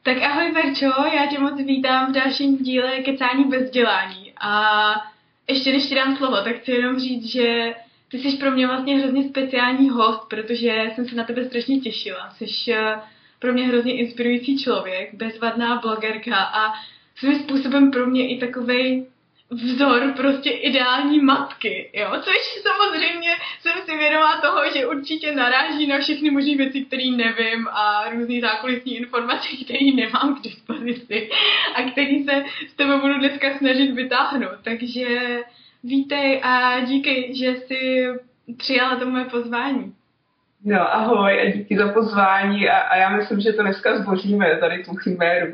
Tak ahoj Verčo, já tě moc vítám v dalším díle Kecání bez dělání. A ještě než ti dám slovo, tak chci jenom říct, že ty jsi pro mě vlastně hrozně speciální host, protože jsem se na tebe strašně těšila. Jsi pro mě hrozně inspirující člověk, bezvadná blogerka a svým způsobem pro mě i takovej vzor prostě ideální matky, jo, což samozřejmě jsem si vědomá toho, že určitě naráží na všechny možné věci, které nevím a různý zákulisní informace, které nemám k dispozici a který se s tebou budu dneska snažit vytáhnout, takže vítej a díky, že jsi přijala to moje pozvání. No ahoj a díky za pozvání a já myslím, že to dneska zboříme tady tu chiméru.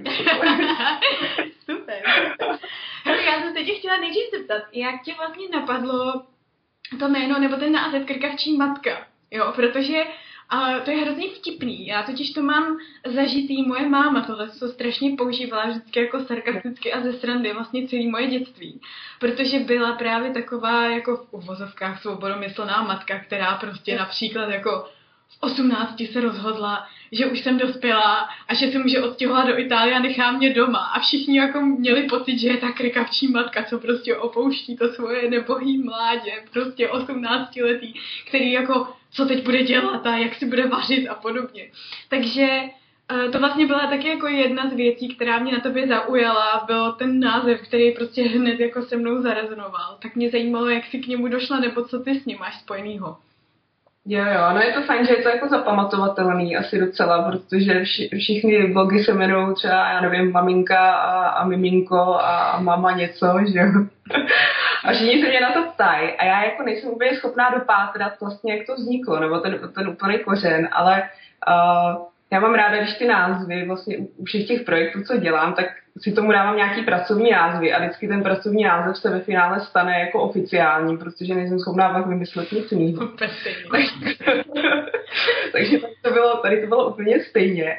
Super. Hele, já jsem se tě chtěla nejdřív zeptat, jak tě vlastně napadlo to jméno nebo ten název Krkavčí matka, jo, protože to je hrozně vtipný, já totiž to mám zažitý, moje máma tohle to strašně používala vždycky jako sarkasticky a ze srandy vlastně celý moje dětství, protože byla právě taková jako v uvozovkách svobodomyslná matka, která prostě například jako v 18 se rozhodla, že už jsem dospělá a že se může odstěhovat do Itálie a nechá mě doma. A všichni jako měli pocit, že je ta krkavčí matka, co prostě opouští to svoje nebohý mládě, prostě 18letý, který jako, co teď bude dělat a jak si bude vařit a podobně. Takže to vlastně byla taky jako jedna z věcí, která mě na tobě zaujala, byl ten název, který prostě hned jako se mnou zarezonoval. Tak mě zajímalo, jak jsi k němu došla, nebo co ty s ním máš spojenýho. Jo, no je to fajn, že je to jako zapamatovatelný asi docela, protože všichni blogy se jmenují třeba, já nevím, maminka a miminko a mama něco, že jo. A všichni se mě na to ptají a já jako nejsem úplně schopná dopátrat vlastně, jak to vzniklo, nebo ten úplný kořen, ale já mám ráda, když ty názvy vlastně u všech těch projektů, co dělám, tak si tomu dávám nějaký pracovní názvy a vždycky ten pracovní název se ve finále stane jako oficiální, protože nejsem schopná pak vymyslet nic jiného. Takže tady to bylo úplně stejně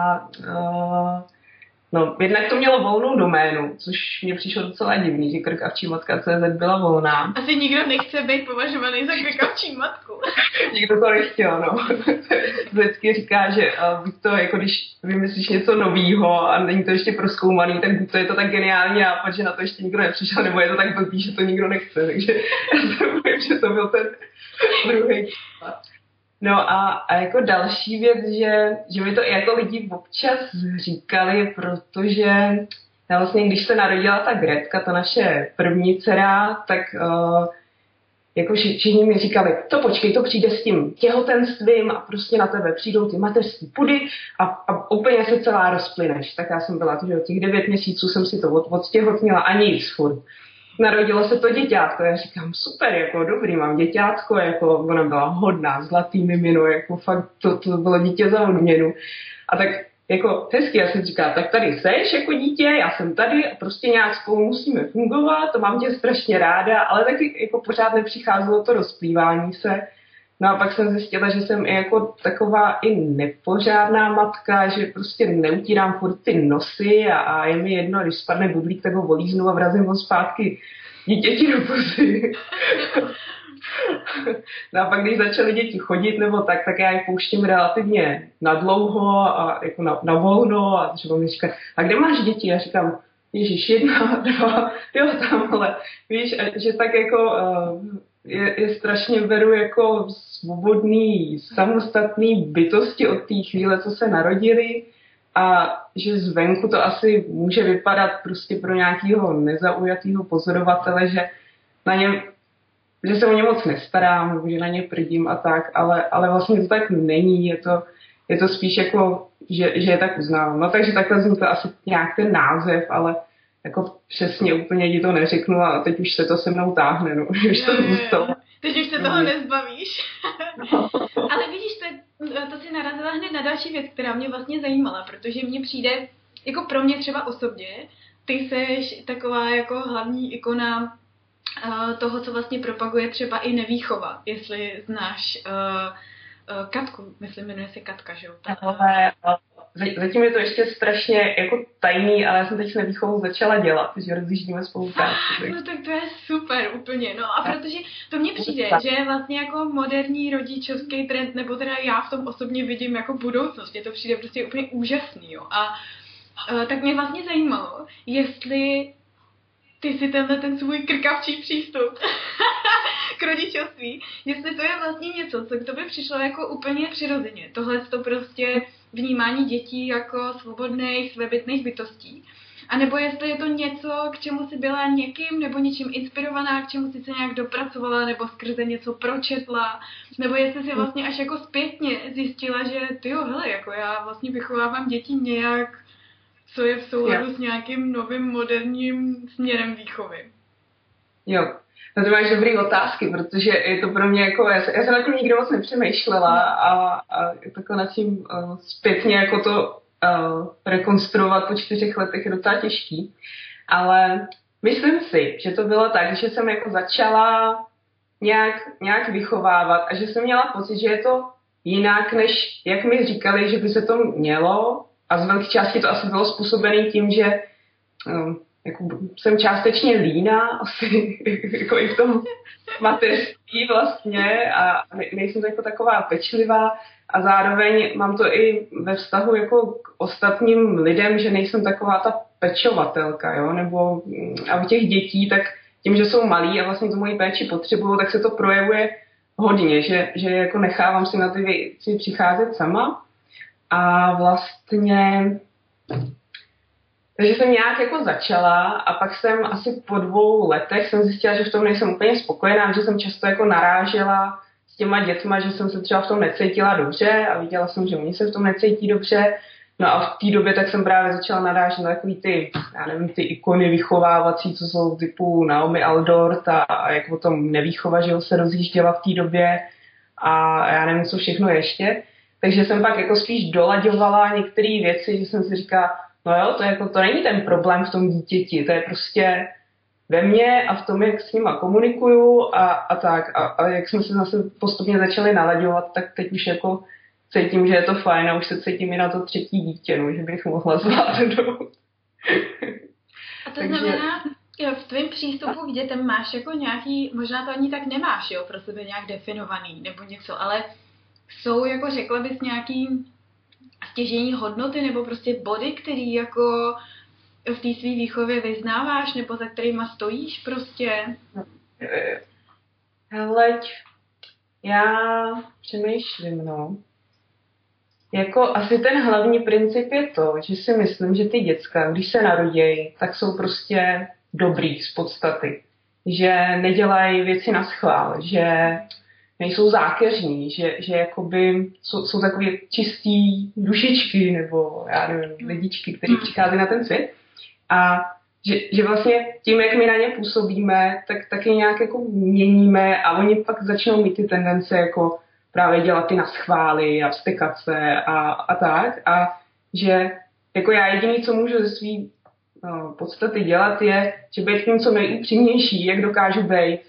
no, jednak to mělo volnou doménu, což mě přišlo docela divný, že krkavčimatka.cz byla volná. Asi nikdo nechce být považovaný za krkavčí matku. Nikdo to nechtěl, no. Vždycky říká, že buď to, jako když vymyslíš něco novýho a není to ještě prozkoumaný, tak buď to je to tak geniální nápad, že na to ještě nikdo nepřišel, nebo je to tak blbý, že to nikdo nechce. Takže já se bojím, že to byl ten druhý případ. No a jako další věc, že mi to i jako lidi občas říkali, protože já vlastně, když se narodila ta Gretka, ta naše první dcera, tak jako všichni mi říkali, to počkej, to přijde s tím těhotenstvím a prostě na tebe přijdou ty mateřský pudy a úplně se celá rozplyneš. Tak já jsem byla, že od těch 9 měsíců jsem si to odstěhotnila a nic furt. Narodilo se to děťátko, já říkám, super, jako dobrý, mám děťátko, jako ona byla hodná, zlatý mimino, jako fakt to bylo dítě za odměnu. A tak jako hezky, já jsem říkala, tak tady seš jako dítě, já jsem tady a prostě nějak spolu musíme fungovat, to mám tě strašně ráda, ale taky jako pořád nepřicházelo to rozplývání se. No a pak jsem zjistila, že jsem i jako taková i nepořádná matka, že prostě neutírám furt ty nosy a je mi jedno, když spadne budlík, tak ho volíznu a vrazím ho zpátky dítěti do pusy. No a pak, když začaly děti chodit nebo tak já je pouštím relativně nadlouho a jako na volno a třeba mi říká, a kde máš děti? Já říkám, Ježíš, 1, 2, jo tamhle. Víš, že tak jako je strašně beru jako svobodný, samostatný bytosti od té chvíle, co se narodili a že zvenku to asi může vypadat prostě pro nějakého nezaujatého pozorovatele, že na něm, že se o ně moc nestarám, že na ně prdím a tak, ale vlastně to tak není, je to spíš jako, že je tak uznávám. No takže takhle vznikl asi nějak ten název, ale jako přesně úplně ti to neřeknu a teď už se to se mnou táhne, no, už to zůstalo. Teď už se toho nezbavíš. Ale vidíš, to si narazila hned na další věc, která mě vlastně zajímala, protože mně přijde, jako pro mě třeba osobně, ty seš taková jako hlavní ikona toho, co vlastně propaguje třeba i nevýchova, jestli znáš Katku, myslím, jmenuje se Katka, že jo? Zatím je to ještě strašně jako tajný, ale já jsem teď s nevýchovou začala dělat, že rozjíždíme spolupráci. No tak to je super úplně, no a protože to mně přijde, že je vlastně jako moderní rodičovský trend, nebo teda já v tom osobně vidím jako budoucnost, mně to přijde prostě úplně úžasný, jo. A tak mě vlastně zajímalo, jestli ty si ten svůj krkavčí přístup k rodičovství, jestli to je vlastně něco, co k tobě přišlo jako úplně přirozeně. Tohle to prostě vnímání dětí jako svobodných, svébytných bytostí. A nebo jestli je to něco, k čemu jsi byla někým nebo něčím inspirovaná, k čemu jsi se nějak dopracovala nebo skrze něco pročetla, nebo jestli si vlastně až jako zpětně zjistila, že tyjo, hele, jako já vlastně vychovávám děti nějak, co je v souladu s nějakým novým moderním směrem výchovy. Jo, no to máš dobrý otázky, protože je to pro mě jako, já jsem na tím nikdy moc nepřemýšlela a takhle nad tím zpětně jako to rekonstruovat po 4 letech je docela těžký, ale myslím si, že to bylo tak, že jsem jako začala nějak vychovávat a že jsem měla pocit, že je to jinak, než jak mi říkali, že by se to mělo a z velké části to asi bylo způsobené tím, že jako jsem částečně líná, asi jako i v tom mateřství vlastně a nejsem jako taková pečlivá a zároveň mám to i ve vztahu jako k ostatním lidem, že nejsem taková ta pečovatelka, jo, nebo a u těch dětí, tak tím, že jsou malí a vlastně tu moji péči potřebují, tak se to projevuje hodně, že jako nechávám si na ty věci přicházet sama a vlastně takže jsem nějak jako začala a pak jsem asi po 2 letech jsem zjistila, že v tom nejsem úplně spokojená, že jsem často jako narážela s těma dětma, že jsem se třeba v tom necítila dobře a viděla jsem, že oni se v tom necítí dobře. No a v té době tak jsem právě začala narážet na takový ty, já nevím, ty ikony vychovávací, co jsou typu Naomi Aldort a jak o tom nevýchova, že se rozjížděla v té době a já nevím, co všechno ještě. Takže jsem pak jako spíš dolaďovala některé věci, že jsem si říkala, no jo, to není ten problém v tom dítěti, to je prostě ve mně a v tom, jak s nima komunikuju a tak. A jak jsme se zase postupně začali nalaďovat, tak teď už jako cítím, že je to fajn a už se cítím i na to 3. dítě, no, že bych mohla zvládnout. A to znamená, jo, v tvém přístupu k dětem máš jako nějaký, možná to ani tak nemáš, jo, pro sebe nějak definovaný nebo něco, ale jsou jako řekla bys nějaký stěžejní hodnoty nebo prostě body, který jako v té svý výchově vyznáváš nebo za kterýma stojíš prostě? Heleď, já přemýšlím, no. Jako asi ten hlavní princip je to, že si myslím, že ty děcka, když se narodějí, tak jsou prostě dobrý z podstaty. Že nedělají věci na schvál, že nejsou zákeřní, že jakoby jsou takové čistý dušičky nebo já nevím, lidičky, které přichází na ten svět. A že vlastně tím, jak my na ně působíme, tak je nějak jako měníme a oni pak začnou mít ty tendence jako právě dělat ty naschvály a vztekat se a tak. A že jako já jediný, co můžu ze svý podstaty dělat, je, že být tím co nejupřímnější, jak dokážu být.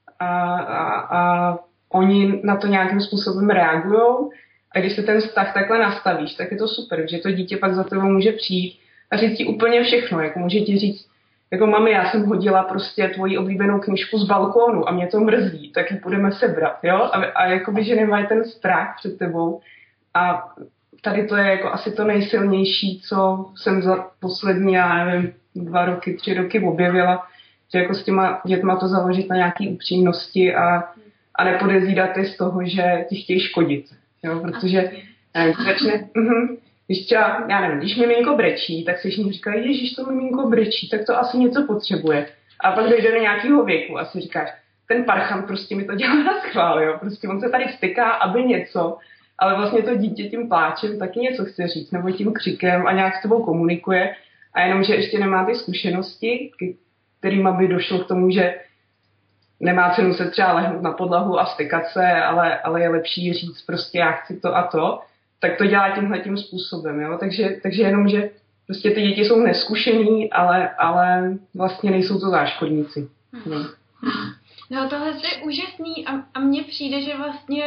A oni na to nějakým způsobem reagujou a když se ten vztah takhle nastavíš, tak je to super, že to dítě pak za tebou může přijít a říct ti úplně všechno, jako může ti říct, jako mami, já jsem hodila prostě tvoji oblíbenou knížku z balkónu a mě to mrzí, tak ji půjdeme sebrat, jo? A jakoby, že nemají ten strach před tebou a tady to je jako asi to nejsilnější, co jsem za poslední, já nevím, 2 roky, 3 roky objevila, že jako s těma dětma to založit na nějaký upřímnosti a nepodezírat je z toho, že ti chtějí škodit, jo? Protože nevím, začne, když třeba, já nevím, když miminko brečí, tak si všichni říkají, ježiš, to miminko brečí, tak to asi něco potřebuje. A pak dojde do nějakého věku a si říkáš, ten parchant prostě mi to dělá na schvál, jo? Prostě on se tady vstyká, aby něco, ale vlastně to dítě tím pláčem taky něco chce říct, nebo tím křikem a nějak s tebou komunikuje a jenom, že ještě nemá ty zkušenosti, kterýma by došlo k tomu, že nemá cenu se třeba lehnout na podlahu a vstykat se, ale je lepší říct prostě já chci to a to, tak to dělá tímhletím způsobem, jo? Takže jenom, že prostě ty děti jsou neskušený, ale vlastně nejsou to záškodníci. No tohle je úžasný a mně přijde, že vlastně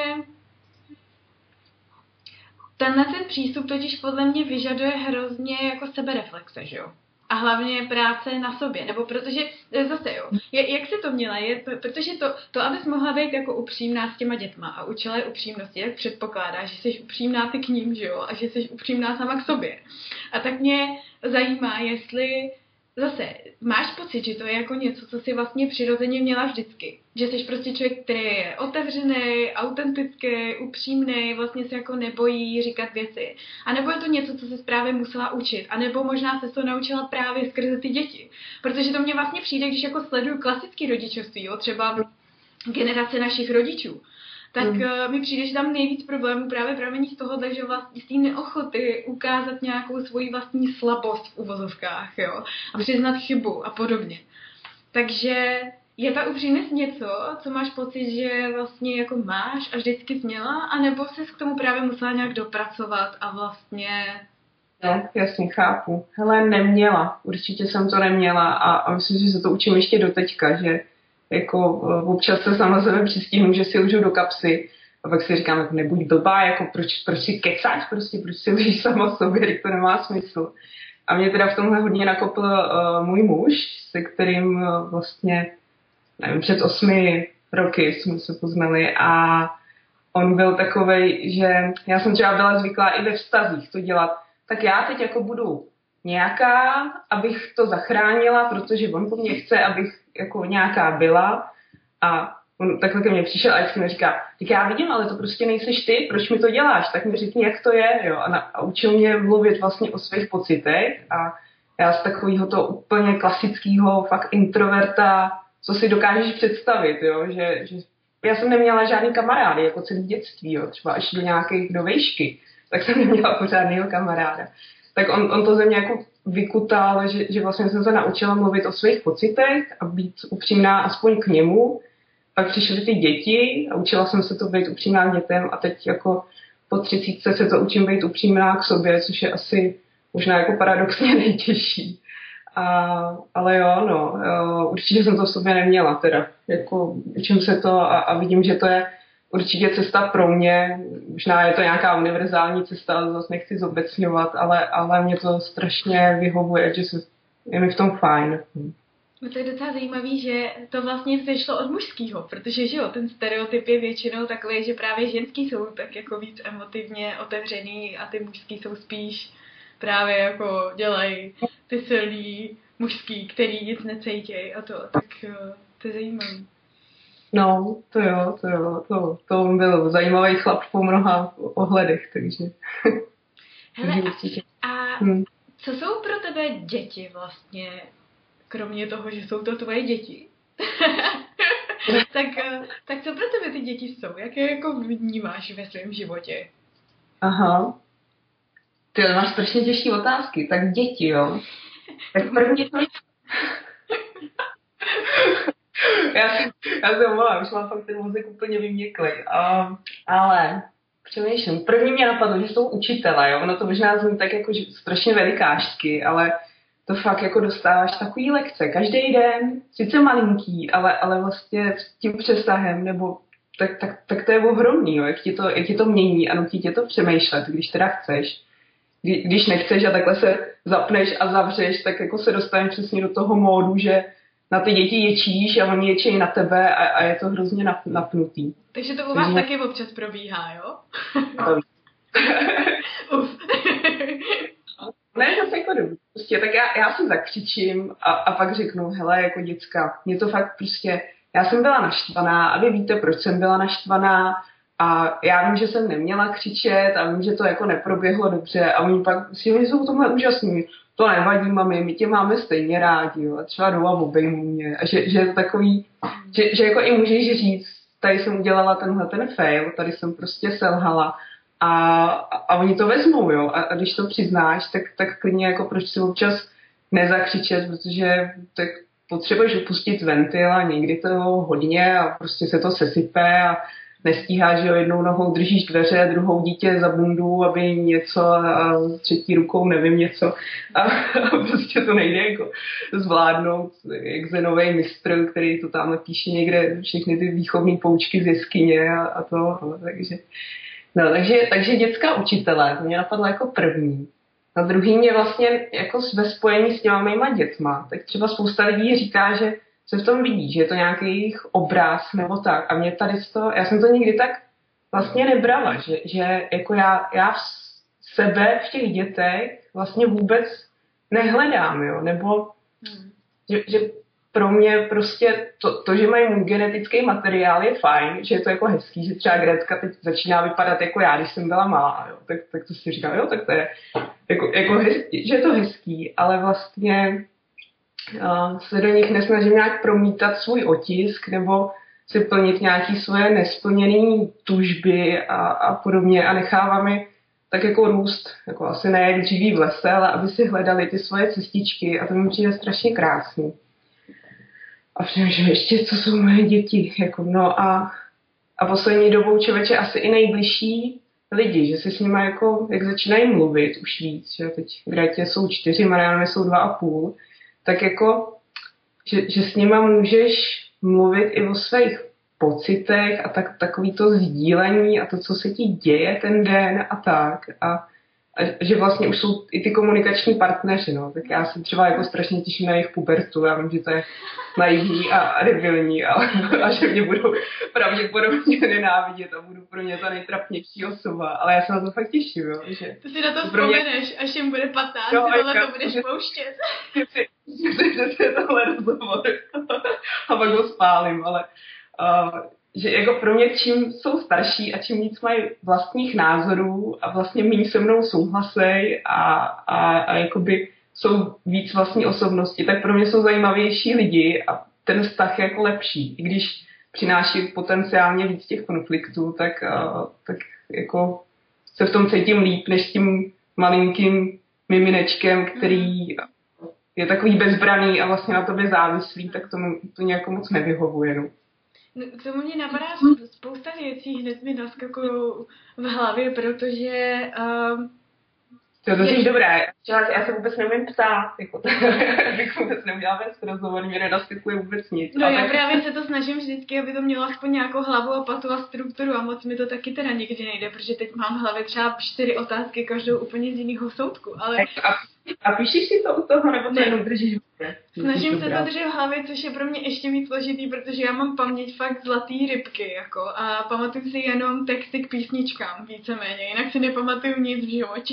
tenhle ten přístup totiž podle mě vyžaduje hrozně jako sebereflexe, že jo? A hlavně práce na sobě, nebo protože, zase jo, jak se to měla, protože to, abys mohla být jako upřímná s těma dětma a učila je upřímnosti, jak předpokládá, že jsi upřímná ty k ním, že jo, a že jsi upřímná sama k sobě. A tak mě zajímá, jestli zase máš pocit, že to je jako něco, co jsi vlastně přirozeně měla vždycky. Že jsi prostě člověk, který je otevřený, autentický, upřímný, vlastně se jako nebojí říkat věci. A nebo je to něco, co jsi právě musela učit. A nebo možná se to naučila právě skrze ty děti. Protože to mně vlastně přijde, když jako sleduju klasický rodičovství, jo, třeba generace našich rodičů, tak mi přijde, že tam nejvíc problémů právě pramení z tohohle, že vlastně z té neochoty ukázat nějakou svoji vlastní slabost v uvozovkách, jo, a přiznat chybu a podobně. Takže je ta upřímnost něco, co máš pocit, že vlastně jako máš a vždycky jsi měla, anebo jsi k tomu právě musela nějak dopracovat a vlastně... No, jasně, chápu. Hele, neměla. Určitě jsem to neměla a myslím, že se to učím ještě do teďka, že jako občas se sama sebe přistihnu, že si lžu do kapsy a pak si říkám, jako nebuď blbá, jako proč si kecáš, prostě, proč si lžíš sama sobě, to nemá smysl. A mě teda v tomhle hodně nakopl můj muž, se kterým vlastně, nevím, před 8 roky jsme se poznali a on byl takovej, že já jsem třeba byla zvyklá i ve vztazích to dělat, tak já teď jako budu nějaká, abych to zachránila, protože on po mně chce, abych jako nějaká byla a on takhle ke mně přišel a vždycky mi říká, tak já vidím, ale to prostě nejseš ty, proč mi to děláš, tak mi řekni, jak to je, jo, a učil mě mluvit vlastně o svých pocitech a já z takového to úplně klasického fakt introverta, co si dokážeš představit, jo, že já jsem neměla žádný kamarády, jako celý dětství, jo, třeba až do vejšky, tak jsem neměla pořádného kamaráda. Tak on to ze mě jako vykutal, že vlastně jsem se naučila mluvit o svých pocitech a být upřímná aspoň k němu. Pak přišly ty děti a učila jsem se to být upřímná k dětem a teď jako po 30 se to učím být upřímná k sobě, což je asi možná jako paradoxně nejtěžší. Ale jo, no, určitě jsem to v sobě neměla teda. Jako učím se to a vidím, že to je určitě cesta pro mě. Možná je to nějaká univerzální cesta, zase nechci zobecňovat, ale mě to strašně vyhovuje, že je mi v tom fajn. No to je docela zajímavý, že to vlastně vyšlo od mužského, protože že jo, ten stereotyp je většinou takový, že právě ženský jsou tak jako víc emotivně otevřený a ty mužský jsou spíš právě jako dělají ty silný mužský, který nic necejtěj a to, tak to je zajímavý. No, to jo, to byl zajímavý chlap po mnoha ohledech, takže... Hele, a co jsou pro tebe děti vlastně, kromě toho, že jsou to tvoje děti? tak co pro tebe ty děti jsou? Jak je jako vnímáš ve svém životě? Aha. Ty máš strašně těžké otázky. Tak děti, jo? Tak první to... Já se omlouvám, už mám fakt ten mozek úplně vyměklej. Ale přemýšlím. První mě napadlo, že jsou učitelé, jo? Ono to možná zní tak jako strašně velikářsky, ale to fakt jako dostáváš takový lekce. Každý den, sice malinký, ale vlastně s tím přesahem, nebo tak to je ohromný, jo? Jak ti to mění a nutí tě to přemýšlet, když teda chceš. Když nechceš a takhle se zapneš a zavřeš, tak jako se dostaneš přesně do toho módu, že na ty děti ječíš a oni ječejí na tebe a je to hrozně napnutý. Takže to u vás taky občas probíhá, jo? Ne, to je jako dobrý. Prostě, tak já si zakřičím a pak řeknu, hele, jako děcka, mě to fakt prostě, já jsem byla naštvaná a vy víte, proč jsem byla naštvaná a já vím, že jsem neměla křičet a vím, že to jako neproběhlo dobře a oni pak si jsou tomhle úžasní. To nevadí, mami, my tě máme stejně rádi, jo, a třeba jdu a obejmu mě. A že je to takový, že jako i můžeš říct, tady jsem udělala ten fail, tady jsem prostě selhala a oni to vezmou, jo, a když to přiznáš, tak klidně jako proč si občas nezakřičet, protože tak potřebuješ upustit ventil a někdy to hodně a prostě se to sesype a nestíháš, že jo, jednou nohou držíš dveře, druhou dítě za bundu, aby něco a třetí rukou nevím něco a prostě to nejde jako zvládnout jak Zenovej mistr, který to tam píše někde všechny ty výchovní poučky z jeskyně a to, no, takže dětská učitelé, to mě napadlo jako první. A druhý mě vlastně jako ve spojení s těma mýma dětma, tak třeba spousta lidí říká, že se v tom vidí, že je to nějaký jejich obraz nebo tak. A mě tady já jsem to nikdy tak vlastně nebrala, že jako já v sebe v těch dětech vlastně vůbec nehledám, jo, nebo že pro mě prostě to, že mají můj genetický materiál je fajn, že je to jako hezký, že třeba Grécka teď začíná vypadat jako já, když jsem byla malá, jo, tak to si říkám, jo, tak to je jako hezký, že je to hezký, ale vlastně se do nich nesnažím nějak promítat svůj otisk nebo si plnit nějaký svoje nesplněné tužby a podobně a nechávám je tak jako růst, jako asi ne jak dříví v lese, ale aby si hledali ty svoje cestičky a to mi přijde strašně krásný. A přemýšlím ještě, co jsou moje děti. Jako, no a poslední dobou člověče asi i nejbližší lidi, že si s nimi jako, jak začínají mluvit už víc, že teď v Grétě jsou 4, Marianové jsou 2,5, tak jako, že s nima můžeš mluvit i o svých pocitech a takový to sdílení a to, co se ti děje ten den a tak. A že vlastně už jsou i ty komunikační partneři, no. Tak já se třeba jako strašně těším na jejich pubertu. Já vím, že to je naivní a debilní a že mě budou pravděpodobně nenávidět a budu pro mě ta nejtrapnější osoba. Ale já se na to fakt těším, jo. Že to si na to vzpomeneš, až jim bude 15, no, tohle to budeš pouštět. To je tohle rozhovor. A pak ho spálím, ale že jako pro mě čím jsou starší a čím víc mají vlastních názorů a vlastně méně se mnou souhlasej a jakoby jsou víc vlastní osobnosti, tak pro mě jsou zajímavější lidi a ten vztah je jako lepší. I když přináší potenciálně víc těch konfliktů, tak jako se v tom cítím líp než tím malinkým miminečkem, který je takový bezbraný a vlastně na tobě závislý, tak tomu to nějak moc nevyhovuje. No. K tomu mě napadá spousta věcí, hned mi naskakují v hlavě, protože... To je dobré. Já se vůbec neumím ptát, jako bych vůbec neudělala bez rozhovor, mě nenaskakuje vůbec nic. No já právě se to snažím vždycky, aby to mělo aspoň nějakou hlavu a patu a strukturu a moc mi to taky teda nikdy nejde, protože teď mám v hlavě třeba 4 otázky, každou úplně z jiného soudku, ale... A píšeš si to u toho, nebo to jenom držíš v hlavě? Snažím se to držet v hlavě, což je pro mě ještě víc složitý, protože já mám paměť fakt zlatý rybky, jako, a pamatuju si jenom texty k písničkám, víceméně, jinak si nepamatuju nic v životě.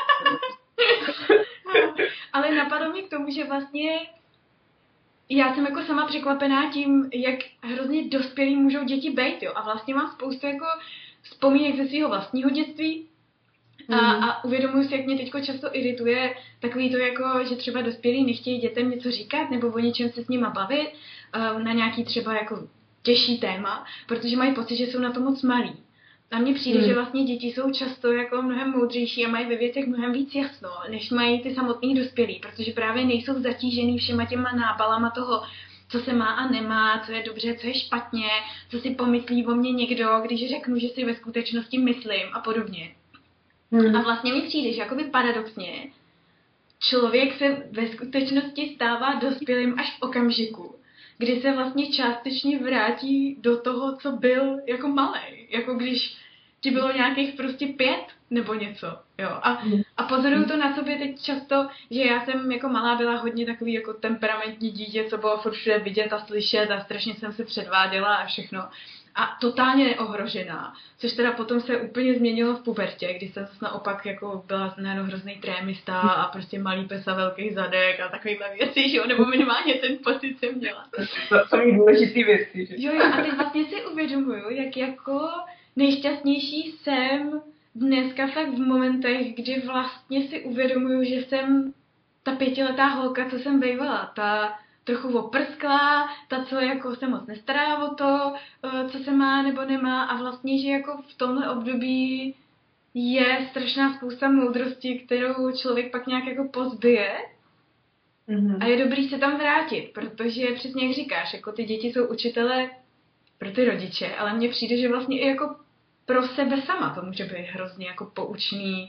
Ale napadlo mi k tomu, že vlastně já jsem jako sama překvapená tím, jak hrozně dospělí můžou děti být, jo, a vlastně mám spoustu jako vzpomínek ze svého vlastního dětství, a uvědomuji si, jak mě teďko často irituje takový to, jako, že třeba dospělí nechtějí dětem něco říkat nebo o něčem se s nima bavit na nějaký třeba jako těžší téma, protože mají pocit, že jsou na to moc malí. A mně přijde, že vlastně děti jsou často jako mnohem moudřejší a mají ve věcech mnohem víc jasno, než mají ty samotný dospělí, protože právě nejsou zatížený všema těma nábalama toho, co se má a nemá, co je dobře, co je špatně, co si pomyslí o mně někdo, když řeknu, že si ve skutečnosti myslím a podobně. A vlastně mi přijde, že jakoby paradoxně člověk se ve skutečnosti stává dospělým až v okamžiku, kdy se vlastně částečně vrátí do toho, co byl jako malej. Jako když ti bylo nějakých prostě 5 nebo něco. Jo. A pozoruju to na sobě teď často, že já jsem jako malá byla hodně takový jako temperamentní dítě, co bylo furt všude vidět a slyšet a strašně jsem se předváděla a všechno. A totálně neohrožená, což teda potom se úplně změnilo v pubertě, kdy jsem zase naopak jako byla najednou hrozný trémista a prostě malý pes a velký zadek a takovýhle věci, že jo, nebo minimálně ten pocit jsem měla. To jsou důležitý věci, že? Jo, a teď vlastně si uvědomuju, jak jako nejšťastnější jsem dneska fakt v momentech, kdy vlastně si uvědomuju, že jsem ta 5letá holka, co jsem bývala, ta trochu oprsklá, ta, co jako se moc nestará o to, co se má nebo nemá a vlastně, že jako v tomhle období je strašná spousta moudrosti, kterou člověk pak nějak jako pozbije a je dobrý se tam vrátit, protože přesně jak říkáš, jako ty děti jsou učitele pro ty rodiče, ale mně přijde, že vlastně i jako pro sebe sama to může být hrozně jako poučný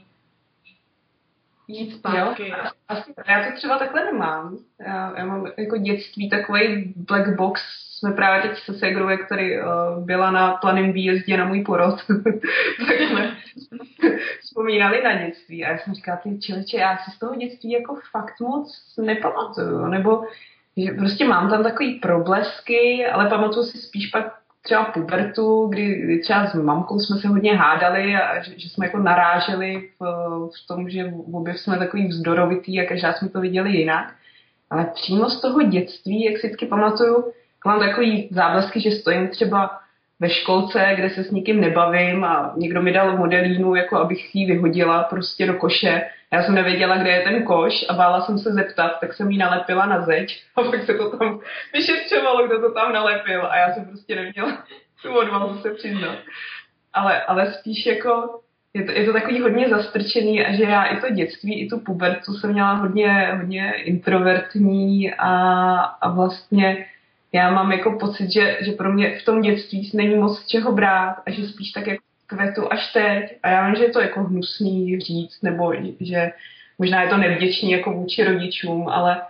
jít zpátky. Jo, já to třeba takhle nemám. Já mám jako dětství takový black box. Jsme právě teď se Segrou, který byla na planém výjezdě na můj porod. Tak jsme vzpomínali na dětství. A já jsem říkala, ty člověče, já si z toho dětství jako fakt moc nepamatuju. Nebo že prostě mám tam takový problesky, ale pamatuju si spíš pak třeba pubertu, kdy třeba s mamkou jsme se hodně hádali a že jsme jako naráželi v tom, že obě jsme takový vzdorovitý a každá jsme to viděli jinak. Ale přímo z toho dětství, jak si vždycky pamatuju, mám takový záblesky, že stojím třeba ve školce, kde se s nikým nebavím a někdo mi dal modelínu, jako abych ji vyhodila prostě do koše. Já jsem nevěděla, kde je ten koš a bála jsem se zeptat, tak jsem ji nalepila na zeď a pak se to tam vyšetřovalo, kdo to tam nalepil a já jsem prostě neměla tu odvahu se přiznat. Ale spíš jako je to takový hodně zastrčený a že já i to dětství, i tu pubertu jsem měla hodně introvertní a vlastně já mám jako pocit, že pro mě v tom dětství není moc čeho brát a že spíš tak jako kvetu až teď. A já vím, že je to jako hnusný říct, nebo že možná je to nevděčný jako vůči rodičům,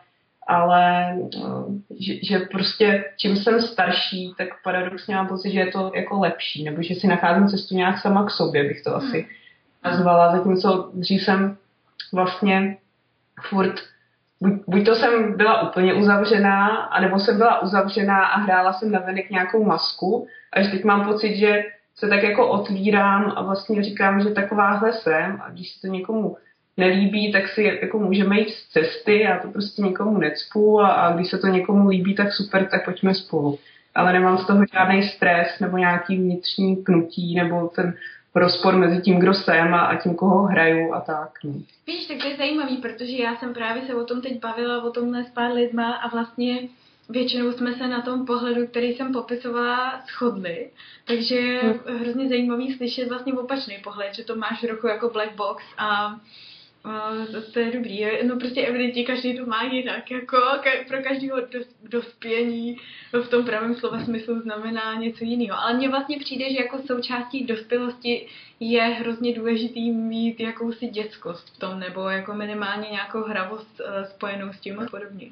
ale že prostě čím jsem starší, tak paradoxně mám pocit, že je to jako lepší, nebo že si nacházím cestu nějak sama k sobě, bych to asi nazvala. Zatímco dřív jsem vlastně furt buď to jsem byla úplně uzavřená, anebo jsem byla uzavřená a hrála jsem navenek nějakou masku. Až teď mám pocit, že se tak jako otvírám a vlastně říkám, že takováhle jsem a když se to někomu nelíbí, tak si jako můžeme jít z cesty, já to prostě nikomu necpu a když se to někomu líbí, tak super, tak pojďme spolu. Ale nemám z toho žádný stres nebo nějaký vnitřní pnutí nebo ten rozpor mezi tím, kdo jsem a tím, koho hraju a tak. No. Víš, tak to je zajímavý, protože já jsem právě se o tom teď bavila, o tomhle s pár lidma a vlastně většinou jsme se na tom pohledu, který jsem popisovala, shodli. Takže je hrozně zajímavý slyšet vlastně opačný pohled, že to máš trochu jako black box a to je dobrý. No prostě evidentně každý to má jinak. Jako pro každého dospění v tom pravém slova smyslu znamená něco jiného. Ale mně vlastně přijde, že jako součástí dospělosti je hrozně důležitý mít jakousi dětskost v tom, nebo jako minimálně nějakou hravost spojenou s tím a podobně.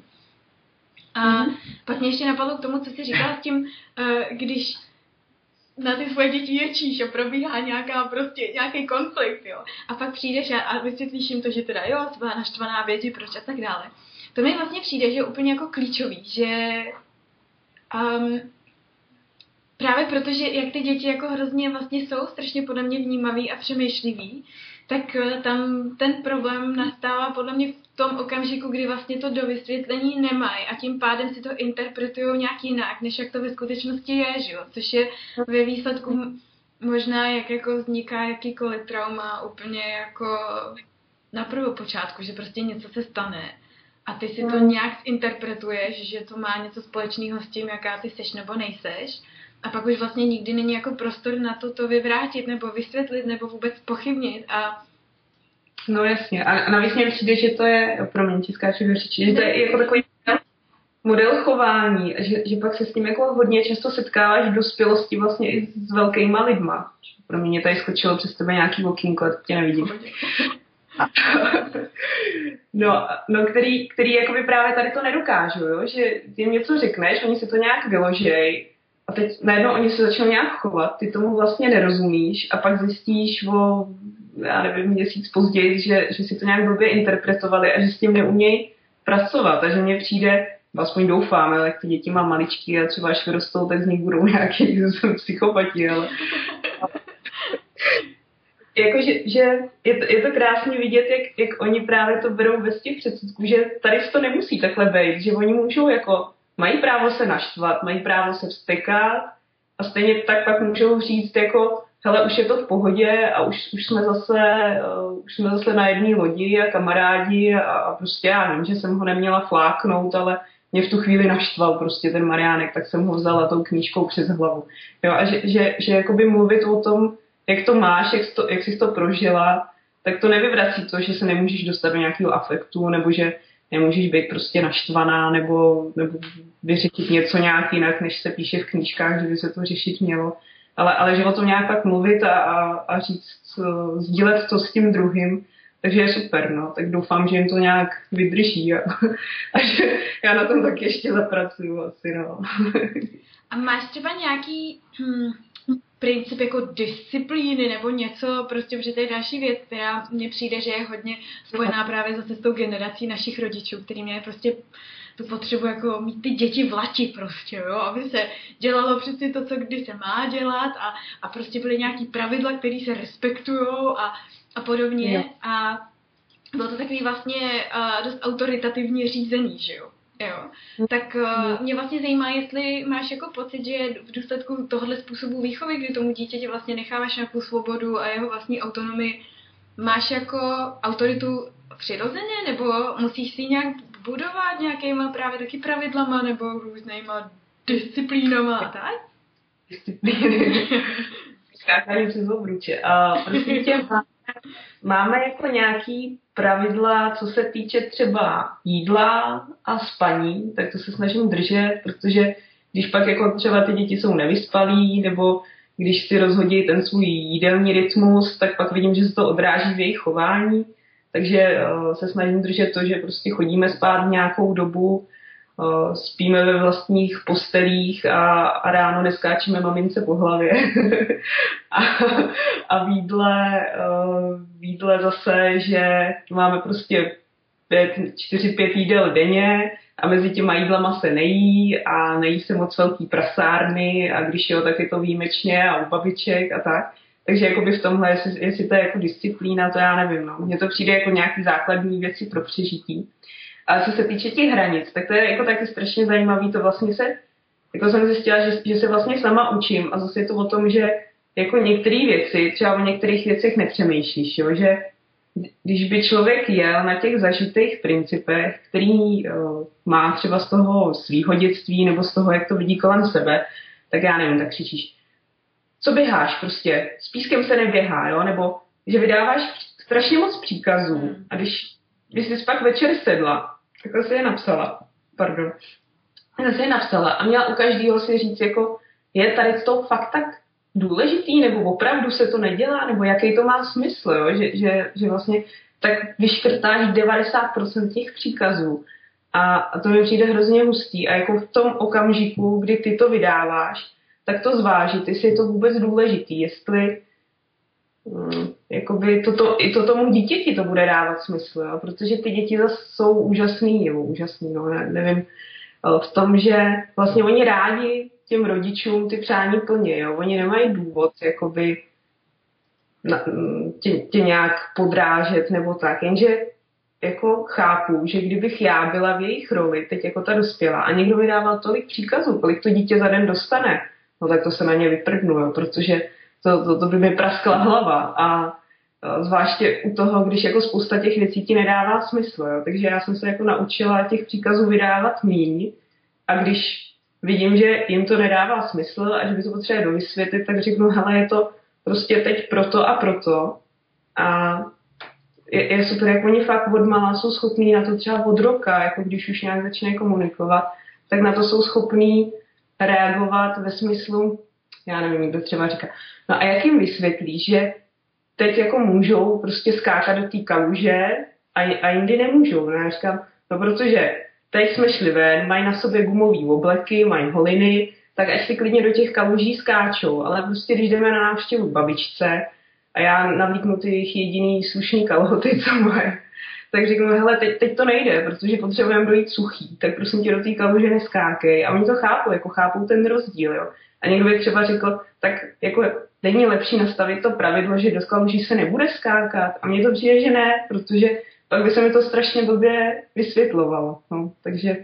A pak mě ještě napadlo k tomu, co jsi říkala s tím, když na ty svoje děti ječíš a probíhá nějaký konflikt, jo. A pak přijdeš a vysvětlíš jim to, že teda jo, jsi byla naštvaná, vědí proč a tak dále. To mi vlastně přijde, že je úplně jako klíčový, že právě protože jak ty děti jako hrozně vlastně jsou strašně podle mě vnímaví a přemýšliví, tak tam ten problém nastává podle mě v tom okamžiku, kdy vlastně to dovysvětlení nemají a tím pádem si to interpretujou nějak jinak, než jak to ve skutečnosti je, že jo? Což je ve výsledku možná, jak jako vzniká jakýkoliv trauma úplně jako na prvopočátku, že prostě něco se stane a ty si to nějak interpretuješ, že to má něco společného s tím, jaká ty seš nebo nejseš. A pak už vlastně nikdy není jako prostor na to vyvrátit nebo vysvětlit nebo vůbec pochybnit a no jasně. A navíc mě přijde, že to je, promiň, ti skáču do řeči, že to je jako takový model chování, že pak se s tím jako hodně často setkáváš v dospělosti vlastně i s velkýma lidma. Pro mě tady skočilo přes tebe nějaký okýnko, a tě nevidím. No, který jakoby právě tady to nedokážou, jo? Že jim něco řekneš, oni si to nějak vyložej a teď najednou oni se začnou nějak chovat, ty tomu vlastně nerozumíš a pak zjistíš já nevím, měsíc později, že si to nějak blbě interpretovali a že s tím neumějí pracovat. Takže mně přijde, aspoň doufám, ale jak ty děti mám maličky a třeba až vyrostou, tak z nich budou nějaký psychopati, ale jakože je to krásně vidět, jak oni právě to berou bez těch předsudků, že tady to nemusí takhle být, že oni můžou mají právo se naštvat, mají právo se vztekat a stejně tak pak můžou říct hele, už je to v pohodě a už jsme zase na jedné lodi a kamarádi a prostě já vím, že jsem ho neměla fláknout, ale mě v tu chvíli naštval prostě ten Mariánek, tak jsem ho vzala tou knížkou přes hlavu. Jo, a že jakoby mluvit o tom, jak to máš, jak jsi to prožila, tak to nevyvrací to, že se nemůžeš dostat do nějakého afektu, nebo že nemůžeš být prostě naštvaná, nebo vyřešit něco nějak jinak, než se píše v knížkách, že by se to řešit mělo. Ale že o tom nějak tak mluvit a říct, sdílet to s tím druhým, takže je super, no. Tak doufám, že jim to nějak vydrží a že já na tom tak ještě zapracuju asi, no. A máš třeba nějaký princip jako disciplíny nebo něco, prostě, protože to je další věc, která mně přijde, že je hodně spojená právě zase s tou generací našich rodičů, který měli prostě tu potřebu jako mít ty děti v lati prostě, jo, aby se dělalo přesně to, co kdy se má dělat a prostě byly nějaký pravidla, které se respektujou a podobně Jo. a bylo to takový vlastně dost autoritativně řízený, že jo. Jo. Tak mě vlastně zajímá, jestli máš jako pocit, že v důsledku tohohle způsobu výchovy, kdy tomu dítěti vlastně necháváš nějakou svobodu a jeho vlastní autonomii, máš jako autoritu přirozeně, nebo musíš si nějak budovat nějakýma právě taky pravidlama nebo různýma disciplínama a tak? Disciplíny. Skákání přes obruče. A prosím tě, máme jako nějaký pravidla, co se týče třeba jídla a spaní, tak to se snažím držet, protože když pak jako třeba ty děti jsou nevyspalí, nebo když si rozhodí ten svůj jídelní rytmus, tak pak vidím, že se to odráží v jejich chování, takže se snažím držet to, že prostě chodíme spát v nějakou dobu, spíme ve vlastních postelích a ráno neskáčíme mamince po hlavě. a v jídle zase, že máme prostě 4-5 jídel denně a mezi těma jídlama se nejí a nejí se moc velký prasárny a když jo, tak je to výjimečně a u babiček a tak. Takže jakoby v tomhle, jestli to je jako disciplína, to já nevím. No. Mně to přijde jako nějaký základní věci pro přežití. A co se týče těch hranic, tak to je jako taky strašně zajímavý, to vlastně jako jsem zjistila, že se vlastně sama učím a zase je to o tom, že jako některé věci, třeba o některých věcech nepřemýšlíš, jo? Že když by člověk jel na těch zažitých principech, který má třeba z toho svýho dětství nebo z toho, jak to vidí kolem sebe, tak já nevím, tak křičíš, co běháš prostě, s pískem se neběhá, jo? Nebo že vydáváš strašně moc příkazů a když jsi pak večer sedla, tak si je napsala, a měla u každého si říct, jako je tady to fakt tak důležitý, nebo opravdu se to nedělá, nebo jaký to má smysl, jo? Že vlastně tak vyškrtáš 90% těch příkazů a to mi přijde hrozně hustý a jako v tom okamžiku, kdy ty to vydáváš, tak to zvážit, jestli je to vůbec důležitý, jestli jakoby i to tomu dítěti to bude dávat smysl, jo? Protože ty děti zase jsou úžasný, no, nevím, v tom, že vlastně oni rádi těm rodičům ty přání plně, jo? Oni nemají důvod jakoby tě nějak podrážet nebo tak, jenže jako chápu, že kdybych já byla v jejich roli, teď jako ta dospělá a někdo mi dával tolik příkazů, kolik to dítě za den dostane, no tak to se na ně vyprdnu, jo? Protože to by mi praskla hlava a zvláště u toho, když jako spousta těch věcí ti nedává smysl. Jo? Takže já jsem se jako naučila těch příkazů vydávat míň a když vidím, že jim to nedává smysl a že by to potřebuje dovysvětlit, tak řeknu, hele, je to prostě teď proto a proto. A je super, jak oni fakt odmala jsou schopní na to třeba od roka, jako když už nějak začne komunikovat, tak na to jsou schopní reagovat ve smyslu, já nevím, někdo třeba říká, no a jak jim vysvětlíš, že teď jako můžou prostě skákat do té kaluže a jindy nemůžou. No já říkám, no protože teď jsme šli ven, mají na sobě gumový obleky, mají holiny, tak ať si klidně do těch kaluží skáčou, ale prostě když jdeme na návštěvu babičce a já navlíknu ty jejich jediný slušný kalhoty, co mají, tak řeknu, hele, teď to nejde, protože potřebujeme dojít suchý, tak prosím tě do té kaluže neskákej. A oni to chápou ten rozdíl, jo. A někdo by třeba řekl, tak jako není lepší nastavit to pravidlo, že do kaluží se nebude skákat. A mně to přijde, že ne, protože pak by se mi to strašně blbě vysvětlovalo. No, takže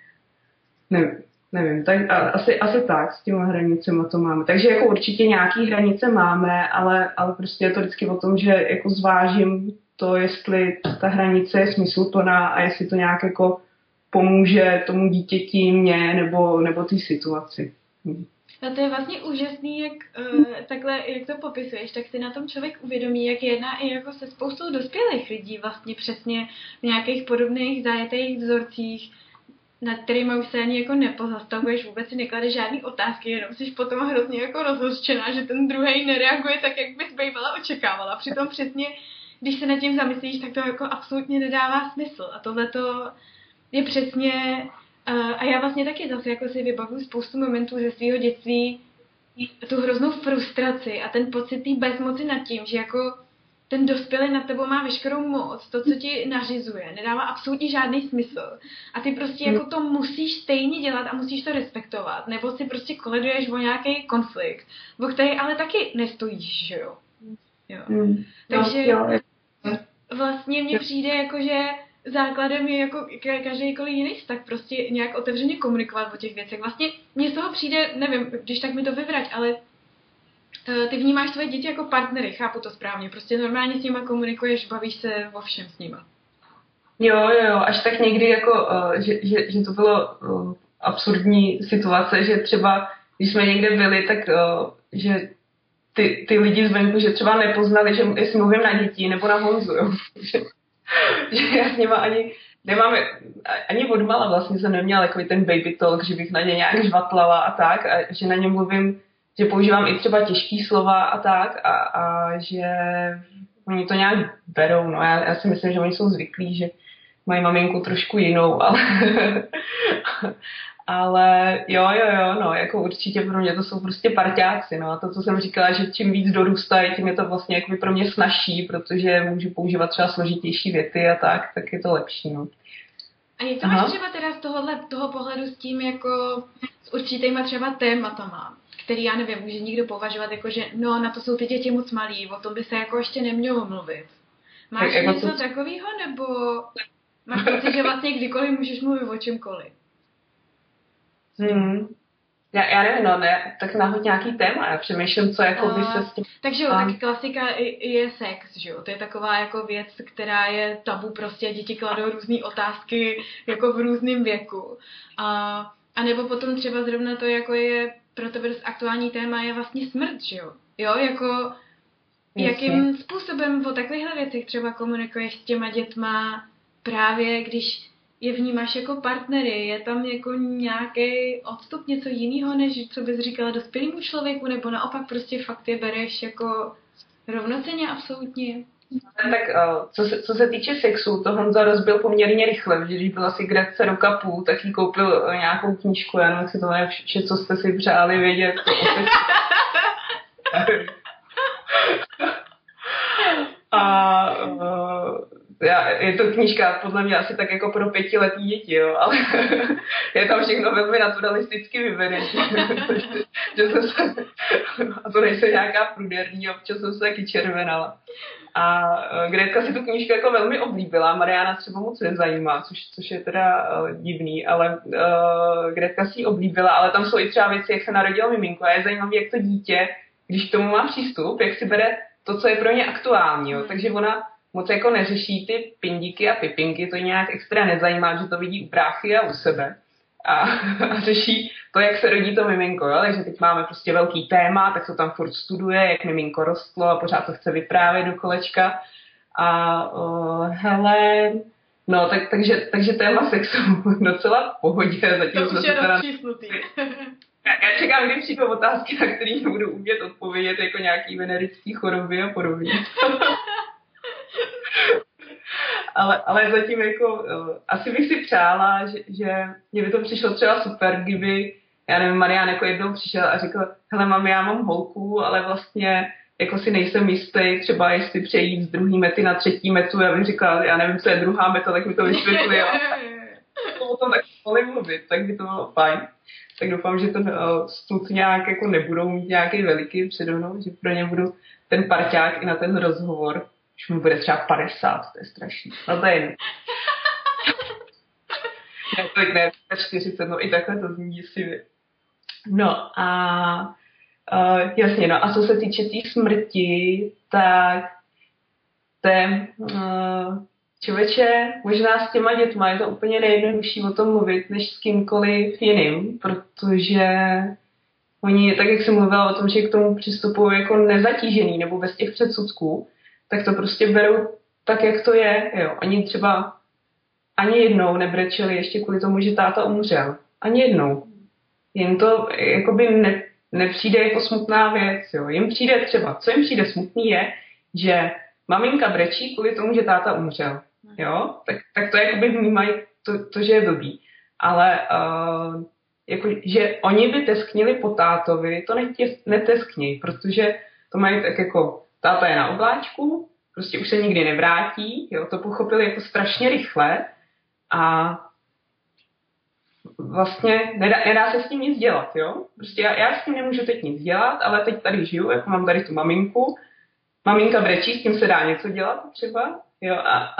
nevím, tak asi tak s těma hranicema to máme. Takže jako určitě nějaký hranice máme, ale prostě je to vždycky o tom, že jako zvážím to, jestli ta hranice je smysluplná a jestli to nějak jako pomůže tomu dítěti, mně nebo té situaci. A to je vlastně úžasný, jak takhle, jak to popisuješ, tak si na tom člověk uvědomí, jak jedná i jako se spoustou dospělých lidí vlastně přesně v nějakých podobných zajetých vzorcích, nad kterými už se ani jako nepozastavuješ, vůbec si nekladeš žádný otázky, jenom jsi potom hrozně jako rozhořčená, že ten druhej nereaguje tak, jak bys bývala očekávala. Přitom přesně, když se nad tím zamyslíš, tak to jako absolutně nedává smysl. A tohleto je přesně... A já vlastně taky zase jako si vybavuju spoustu momentů ze svého dětství, tu hroznou frustraci a ten pocit té bezmoci nad tím, že jako ten dospělý nad tebou má veškerou moc, to, co ti nařizuje, nedává absolutně žádný smysl. A ty prostě jako to musíš stejně dělat a musíš to respektovat, nebo si prostě koleduješ o nějaký konflikt, o který ale taky nestojíš, že jo? Takže vlastně mně přijde jako, že základem je jako každýkoliv jiný vztah, prostě nějak otevřeně komunikovat o těch věcech. Vlastně mně z toho přijde, nevím, když tak mi to vyvrať, ale ty vnímáš své děti jako partnery, chápu to správně, prostě normálně s nima komunikuješ, bavíš se o všem s nima. Jo, až tak někdy jako, že to bylo absurdní situace, že třeba, když jsme někde byli, tak že ty lidi zvenku, že třeba nepoznali, že jestli mluvím na děti nebo na Honzu, jo. Že já s nima ani odmala vlastně jsem neměla takový ten baby talk, že bych na ně nějak žvatlala a tak, a že na ně mluvím, že používám i třeba těžký slova a tak a že oni to nějak berou, no já si myslím, že oni jsou zvyklí, že mají maminku trošku jinou, ale jo, no, jako určitě pro mě to jsou prostě parťáci, no a to, co jsem říkala, že čím víc dorůstají, tím je to vlastně jakoby pro mě snazší, protože můžu používat třeba složitější věty a tak je to lepší, no. A jak to máš třeba teda z toho pohledu s tím jako s určitýma třeba tématama, který já nevím, může někdo považovat jako, že no na to jsou ty děti moc malý, o tom by se jako ještě nemělo mluvit. Máš tak, něco takového, nebo máš pocit, že vlastně kdykoliv můžeš mluvit o čemkoliv? Já nevím, no ne, tak nahoď nějaký téma, já přemýšlím, co jako by se s tím... Takže jo, tak klasika je sex, že jo, to je taková jako věc, která je tabu, prostě děti kladou různé otázky jako v různém věku. A nebo potom třeba zrovna to, jako je pro tebe dost aktuální téma, je vlastně smrt, že jo? Jo, jako jakým způsobem o takovýchhle věcech třeba komunikuješ s těma dětma právě, když je vnímáš jako partnery, je tam jako nějaký odstup, něco jiného, než co bys říkala dospělému člověku, nebo naopak prostě fakt je bereš jako rovnocenně absolutně? Tak co se týče sexu, to Honza rozbil poměrně rychle, protože když byl asi Gretce roka půl, tak jí koupil nějakou knížku, já nevím, jak se to jmenuje, vše, co jste si přáli vědět. Je to knížka podle mě asi tak jako pro 5letý děti, jo, ale je tam všechno velmi naturalisticky vyvedené. A to nejsem nějaká pruderní, občas jsem se taky červenala. A Gretka si tu knížku jako velmi oblíbila, Mariána třeba moc nezajímá, což je teda divný, ale Gretka si ji oblíbila, ale tam jsou i třeba věci, jak se narodilo miminko a je zajímavé, jak to dítě, když k tomu má přístup, jak si bere to, co je pro ně aktuální, jo. Takže ona moc jako neřeší ty pindíky a pipinky, to ji nějak extra nezajímá, že to vidí u bráchy a u sebe. A řeší to, jak se rodí to miminko, jo? Takže teď máme prostě velký téma, tak se tam furt studuje, jak miminko rostlo a pořád to chce vyprávět do kolečka. A hele, no takže téma sexu docela v pohodě. Zatím to už je rozčísnutý. Já čekám, kdy přijdou otázky, na které nebudu umět odpovědět, jako nějaký venerický choroby a podobně. ale zatím jako, asi bych si přála, že mě by to přišlo třeba super, kdyby, já nevím, Marián jako jednou přišel a řekl, hele mami, já mám holku, ale vlastně jako si nejsem jistý, třeba jestli přejít z druhý mety na třetí metu, já bych říkala, já nevím, co je druhá meta, tak mi to vysvětli, jo. O tom tak mohli mluvit, tak by to bylo fajn. Tak doufám, že ten stud nějak jako nebudou mít nějaký veliký přede mnou, že pro ně budu ten parťák i na ten rozhovor. Už mi bude třeba 50, to je strašný. No to je jedno. ne, 40, no i takhle to zní děsivě. No a jasně, no a co se týče té smrti, tak člověče, možná s těma dětma je to úplně nejjednodušší o tom mluvit, než s kýmkoliv jiným, protože oni, tak jak jsem mluvila o tom, že k tomu přistupují jako nezatížený nebo bez těch předsudků, tak to prostě berou tak, jak to je. Jo. Oni třeba ani jednou nebrečeli ještě kvůli tomu, že táta umřel. Ani jednou. Jim to jakoby nepřijde jako smutná věc. Jo. Jim přijde třeba, co jim přijde smutný je, že maminka brečí kvůli tomu, že táta umřel. Jo? Tak to jakoby vnímají to, že je blbý. Ale jako, že oni by tesknili po tátovi, to neteskněj, protože to mají tak jako táta je na obláčku, prostě už se nikdy nevrátí, jo, to pochopili jako strašně rychle a vlastně nedá se s tím nic dělat, jo. Prostě já s tím nemůžu teď nic dělat, ale teď tady žiju, jako mám tady tu maminku, maminka brečí, s tím se dá něco dělat třeba, jo,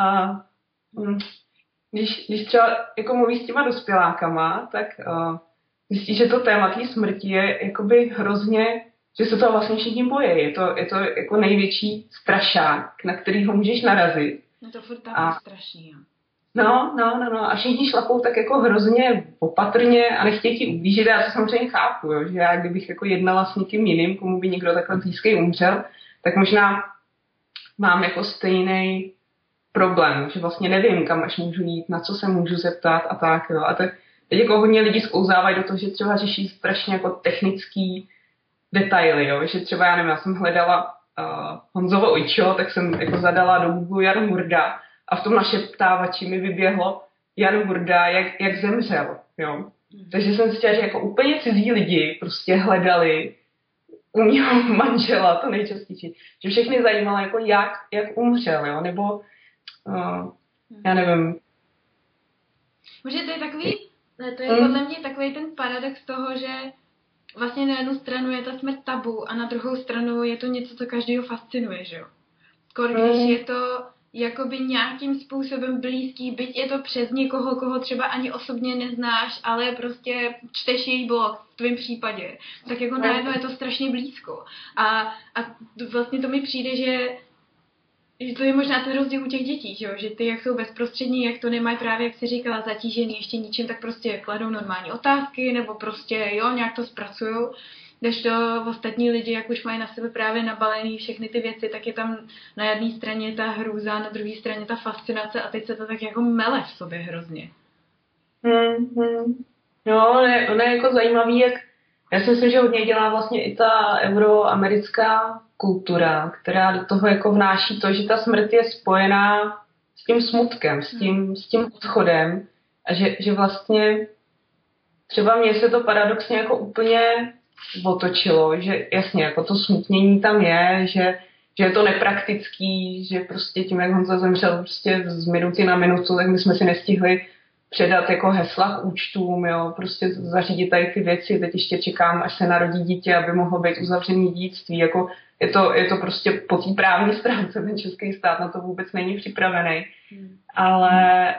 když třeba jako mluví s těma dospělákama, tak zjistí, že to téma té smrti je jakoby hrozně, že se to vlastně všichni bojí. Je to jako největší strašák, na kterýho můžeš narazit. No to furt tam strašný, jo. No. A všichni šlapou tak jako hrozně opatrně a nechtějí ti ublížit. Já to samozřejmě chápu, jo, že já kdybych jako jednala s někým jiným, komu by někdo takhle blízký umřel, tak možná mám jako stejný problém, že vlastně nevím, kam až můžu jít, na co se můžu zeptat a tak, jo. A teď jako hodně lidí sklouzávají do toho, že třeba řeší strašně jako technický detaily, jo, že třeba, já nevím, já jsem hledala Honzovo ojčo, tak jsem jako zadala do Google Jan Hurda a v tom našeptávači mi vyběhlo Jan Hurda, jak zemřel, jo. Takže jsem zjistila, že jako úplně cizí lidi prostě hledali u mého manžela, to nejčastější, že všechny zajímalo, jako jak umřel, jo, nebo já nevím. Možná to je takový, to je podle mě takový ten paradox toho, že vlastně na jednu stranu je ta smrt tabu a na druhou stranu je to něco, co každýho fascinuje, že jo. Skoro když je to jakoby nějakým způsobem blízký, byť je to přes někoho, koho třeba ani osobně neznáš, ale prostě čteš její blog v tvém případě, tak jako najednou je to strašně blízko. A vlastně to mi přijde, že to je možná ten rozdíl u těch dětí, že ty, jak jsou bezprostřední, jak to nemají právě, jak jsi říkala, zatížený ještě ničím, tak prostě kladou normální otázky, nebo prostě, jo, nějak to zpracujou. Kdežto ostatní lidi, jak už mají na sebe právě nabalený všechny ty věci, tak je tam na jedné straně ta hrůza, na druhé straně ta fascinace a teď se to tak jako mele v sobě hrozně. No, ono je jako zajímavý, jak já si myslím, že hodně dělá vlastně i ta euroamerická kultura, která do toho jako vnáší to, že ta smrt je spojená s tím smutkem, s tím odchodem a že vlastně třeba mně se to paradoxně jako úplně otočilo, že jasně, jako to smutnění tam je, že je to nepraktický, že prostě tím, jak Honza zemřel prostě z minuty na minutu, tak my jsme si nestihli předat jako hesla k účtům, jo, prostě zařídit tady ty věci, teď ještě čekám, až se narodí dítě, aby mohlo být uzavřený dědictví, jako je to prostě po té právní stránce, ten český stát na to vůbec není připravený, ale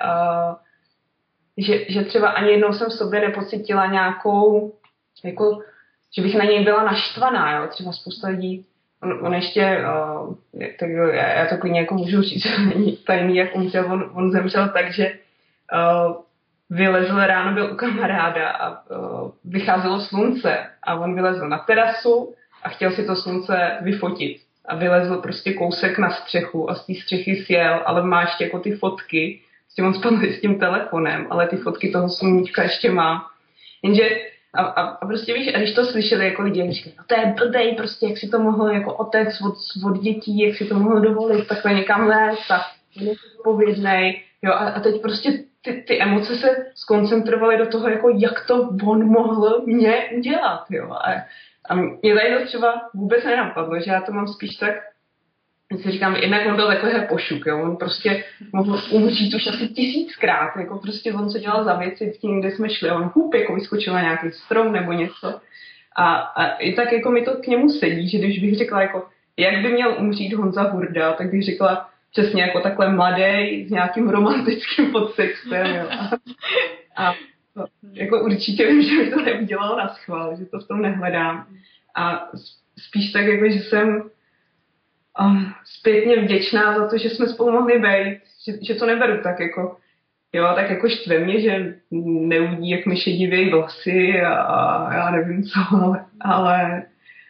že třeba ani jednou jsem v sobě nepocítila nějakou, jako, že bych na něj byla naštvaná, jo, třeba spousta lidí, on ještě, tak já to klidně jako můžu říct, není tajný, jak umřel, on zemřel tak, že vylezl ráno, byl u kamaráda a vycházelo slunce a on vylezl na terasu a chtěl si to slunce vyfotit a vylezl prostě kousek na střechu a z té střechy sjel, ale má ještě jako ty fotky, on spadl s tím telefonem, ale ty fotky toho sluníčka ještě má. Jenže a prostě víš, a když to slyšeli jako lidi, jak říkají, no to je blbej, prostě jak si to mohl jako otec od dětí, jak si to mohl dovolit takhle někam lézt a je odpovědnej, jo, a teď prostě ty emoce se skoncentrovaly do toho, jako jak to on mohl mě udělat, jo, a mě tady to třeba vůbec nenapadlo, že já to mám spíš tak, si říkám, jednak on byl takový pošuk, jo, on prostě mohl umřít už asi 1000krát, jako prostě on co dělal za věci, vždycky někde jsme šli, on jako vyskočil na nějaký strom nebo něco a i tak jako mi to k němu sedí, že když bych řekla jako, jak by měl umřít Honza Hurda, tak bych řekla přesně jako takhle mladý, s nějakým romantickým podtextem, jo. A jako určitě vím, že bych to neudělala na schvál, že to v tom nehledám. A spíš tak jako, že jsem zpětně vděčná za to, že jsme spolu mohli být, že to neberu tak jako, jo, tak jako štve mě, že neuvidí, jak mi šedivějí vlasy a já nevím co, ale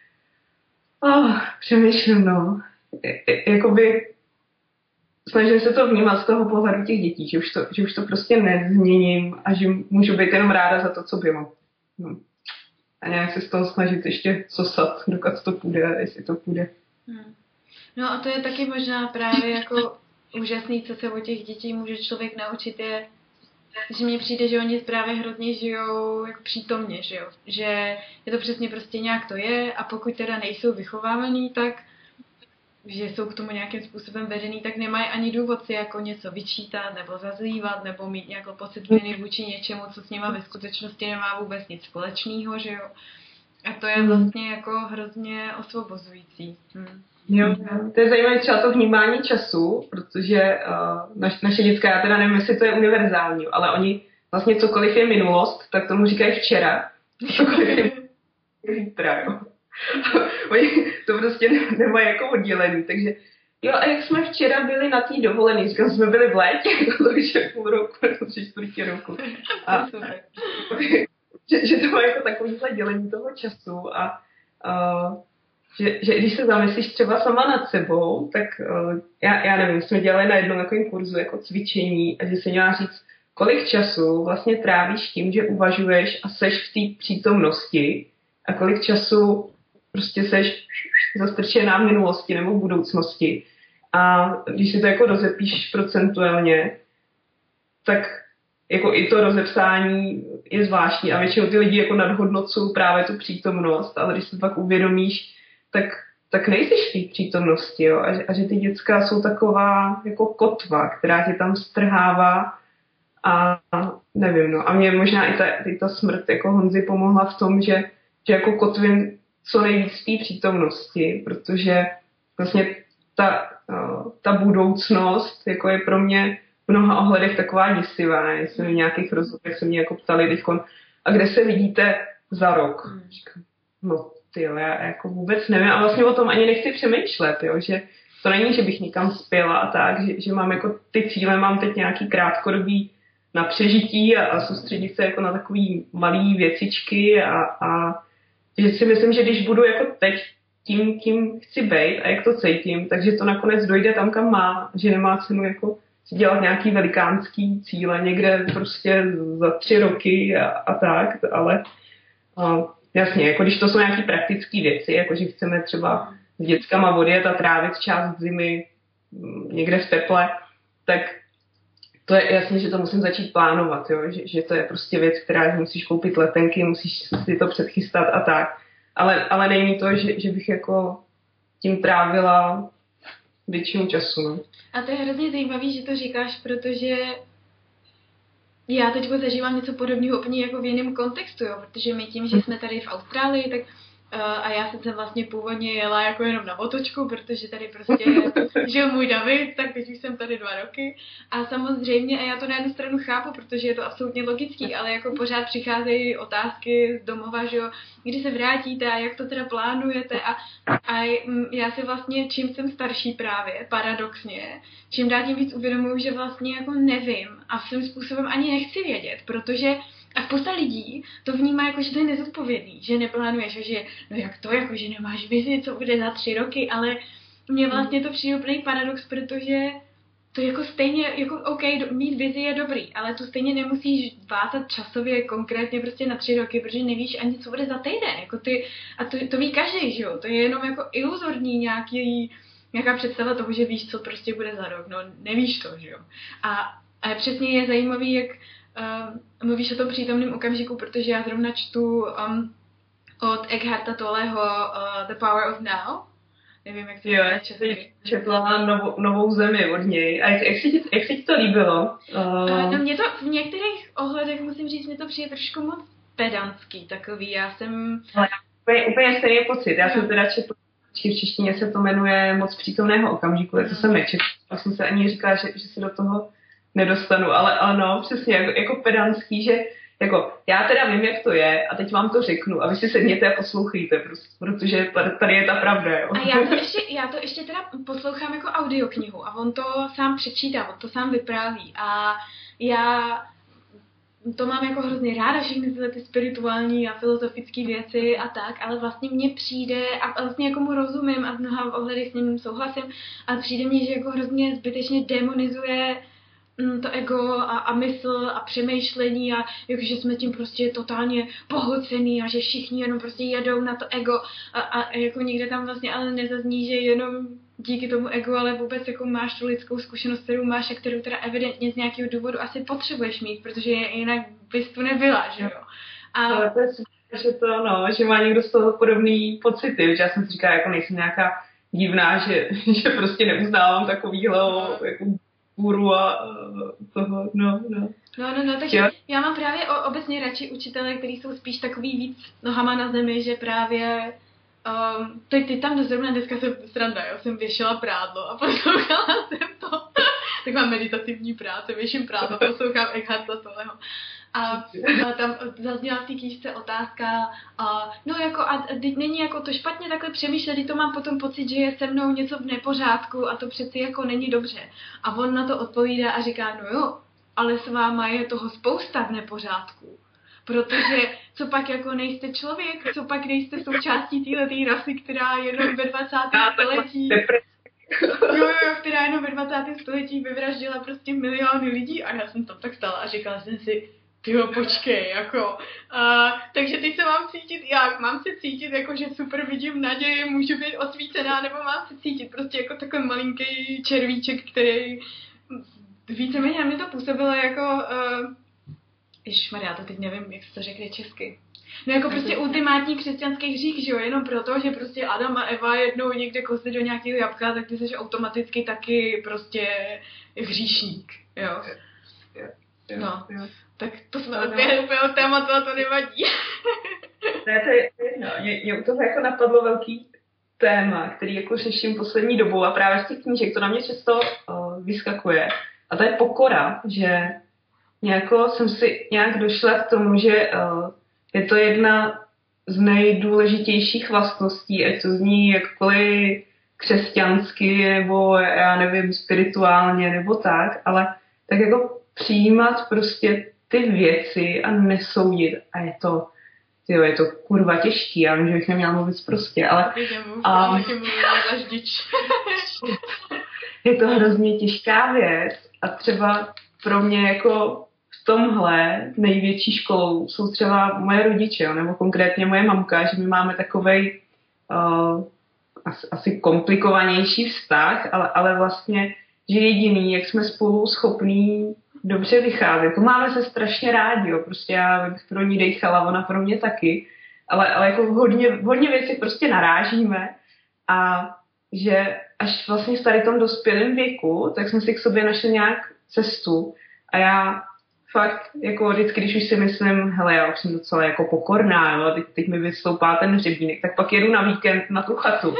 přemýšlím, no. Jakoby snažím se to vnímat z toho pohledu těch dětí, že už to prostě nezměním a že můžu být jenom ráda za to, co bylo. No. A nějak se z toho snažit ještě sosat, dokud to půjde, jestli to půjde. No a to je taky možná právě jako úžasný, co se od těch dětí může člověk naučit, je že mně přijde, že oni právě hrozně žijou jako přítomně, že jo. Že je to přesně prostě nějak to je a pokud teda nejsou vychovávaný, tak že jsou k tomu nějakým způsobem vedený, tak nemají ani důvod si jako něco vyčítat nebo zazlívat nebo mít nějakou pocit viny vůči něčemu, co s nima ve skutečnosti nemá vůbec nic společného, že jo. A to je vlastně jako hrozně osvobozující. Jo, to je zajímavé třeba to vnímání času, protože naše dětská, já teda nevím, jestli to je univerzální, ale oni vlastně cokoliv je minulost, tak tomu říkají včera, cokoliv je zítra, jo. Oni to prostě nemají jako oddělený, takže jo, a jak jsme včera byli na té dovolený, říkám, jsme byli v létě, to už je půl roku, to 3/4 roku. A, že to má jako takovýhle dělení toho času a že když se zamyslíš třeba sama nad sebou, tak já nevím, jsme dělali na jednom takovém kurzu jako cvičení a že se měla říct, kolik času vlastně trávíš tím, že uvažuješ a seš v té přítomnosti a kolik času prostě seš zastrčená v minulosti nebo v budoucnosti. A když si to jako rozepíš procentuálně, tak jako i to rozepsání je zvláštní a většinou ty lidi jako nadhodnocují právě tu přítomnost, ale když si to pak uvědomíš, tak nejsiš v té přítomnosti, jo? A že ty děcka jsou taková jako kotva, která tě tam strhává a nevím, no. A mě možná i ta smrt jako Honzy pomohla v tom, že jako kotvím co nejvíc v té přítomnosti, protože vlastně ta budoucnost jako je pro mě v mnoha ohledech taková děsivá, ne? Jestli v nějakých rozhovorech se mě jako ptali teďkon, a kde se vidíte za rok? Říkám, no tyjo, já jako vůbec nevím a vlastně o tom ani nechci přemýšlet, jo? Že to není, že bych někam spěla a tak, že mám jako ty cíle, mám teď nějaký krátkodobý na přežití a soustředit se jako na takový malý věcičky a že si myslím, že když budu jako teď tím, kým chci být a jak to cítím, takže to nakonec dojde tam, kam má, že nemá cenu jako si dělat nějaký velikánský cíle někde prostě za 3 roky a tak, ale jasně, jako když to jsou nějaký praktické věci, jako že chceme třeba s dětskama odjet a trávit část zimy někde v teple, tak to je jasně, že to musím začít plánovat, jo? Že to je prostě věc, která musíš koupit letenky, musíš si to předchystat a tak. Ale není to, že bych jako tím trávila většinu času. No. A to je hrozně zajímavý, že to říkáš, protože já teď zažívám něco podobného úplně jako v jiném kontextu, jo? Protože my tím, že jsme tady v Austrálii, tak a já jsem vlastně původně jela jako jenom na otočku, protože tady prostě žil můj David, tak teď už jsem tady 2 roky. A samozřejmě, a já to na jednu stranu chápu, protože je to absolutně logický, ale jako pořád přicházejí otázky z domova, že jo, kdy se vrátíte a jak to teda plánujete a já si vlastně, čím jsem starší právě, paradoxně, čím dál tím víc uvědomuji, že vlastně jako nevím a svým způsobem ani nechci vědět, protože a spousta lidí to vnímá jako, že to je nezodpovědný, že neplánuješ, že no jak to, jako, že nemáš vizi, co bude za 3 roky, ale mně vlastně to přijde úplný paradox, protože to jako stejně, jako OK, mít vizi je dobrý, ale to stejně nemusíš vázat časově konkrétně prostě na 3 roky, protože nevíš ani, co bude za týden, jako a to ví každý, že jo, to je jenom jako iluzorní nějaká představa toho, že víš, co prostě bude za rok, no nevíš to, že jo. A přesně je zajímavý, jak mluvíš o tom přítomném okamžiku, protože já zrovna čtu od Eckharta Tolleho The Power of Now. Nevím, jak to je. Jo, já četla novou zemi od něj. A jak se ti to líbilo? No mě to v některých ohledech, musím říct, mě to přijde trošku moc pedantský takový. Já jsem... Úplně stejný pocit. Já jsem teda četla, v češtině se to jmenuje Moc přítomného okamžiku, to jsem nečetla. Já jsem se ani říkala, že se do toho nedostanu, ale no, přesně, jako pedantský, že jako, já teda vím, jak to je a teď vám to řeknu a vy si sedněte a poslouchejte, protože tady je ta pravda, jo. A já to ještě teda poslouchám jako audioknihu a on to sám přečítá, on to sám vypráví a já to mám jako hrozně ráda, všechny ty spirituální a filozofické věci a tak, ale vlastně mně přijde, a vlastně jako mu rozumím a v mnoha ohledech s ním souhlasím, ale přijde mně, že jako hrozně zbytečně demonizuje to ego a mysl a přemýšlení a jakože jsme tím prostě totálně pohlcený a že všichni jenom prostě jedou na to ego a jako nikde tam vlastně ale nezazní, že jenom díky tomu egu, ale vůbec jako máš tu lidskou zkušenost, kterou máš a kterou teda evidentně z nějakého důvodu asi potřebuješ mít, protože jinak bys tu nebyla, že jo. A... No, to je super, že to, no, že má někdo z toho podobný pocity, že já jsem si říkala, jako nejsem nějaká divná, že prostě neuznávám takovýhle jako guru a toho, no. No, takže já mám právě obecně radši učitele, kteří jsou spíš takový víc nohama na zemi, že právě teď tam zrovna dneska jsem sranda, jo, jsem věšela prádlo a poslouchala jsem to. Taková meditativní práce, věším prádlo, poslouchám Eckharta Tolleho. A tam zazněla v té knížce otázka, no jako a teď není jako to špatně takhle přemýšlet, teď to mám potom pocit, že je se mnou něco v nepořádku a to přeci jako není dobře. A on na to odpovídá a říká, no jo, ale s váma je toho spousta v nepořádku. Protože co pak jako nejste člověk, co pak nejste součástí téhletý rasy, která jenom ve 20. století... která jenom ve 20. století vyvraždila prostě miliony lidí a já jsem tam tak stala a říkala jsem si, tyjo, počkej, jako. Takže teď se mám cítit jak? Mám se cítit jako, že super vidím naději, můžu být osvícená, nebo mám se cítit prostě jako takový malinký červíček, který víceméně na mě to působilo jako... Ježišmarja, to teď nevím, jak se to řekne česky. No jako prostě ultimátní křesťanský hřích, že jo, jenom proto, že prostě Adam a Eva jednou někde kosli do nějakého jabka, tak ty jsi automaticky taky prostě hříšník, jo. No, tak to jsme úplně od tématu a to nevadí. Ne, to je jedno. Mě u toho jako napadlo velký téma, který jako řeším poslední dobou a právě z těch knížek to na mě často vyskakuje. A to je pokora, že nějako jsem si nějak došla k tomu, že je to jedna z nejdůležitějších vlastností, ať to zní jakkoliv křesťansky, nebo já nevím, spirituálně, nebo tak, ale tak jako přijímat prostě ty věci a nesoudit. A je to kurva těžký, já vím, že bych neměla mluvit prostě, ale... Je to hrozně těžká věc a třeba pro mě jako v tomhle největší školou jsou třeba moje rodiče, nebo konkrétně moje mamka, že my máme takovej asi komplikovanější vztah, ale vlastně, že jediný, jak jsme spolu schopní dobře vycházet. To máme se strašně rádi, jo. Prostě já bych pro ní dejchala, ona pro mě taky, ale jako hodně věcí prostě narážíme a že až vlastně v tady tom dospělém věku, tak jsme si k sobě našli nějak cestu a já fakt, jako vždycky, když už si myslím, hele, já už jsem docela jako pokorná, jo, teď mi vystoupá ten hřebínek, tak pak jedu na víkend na tu chatu.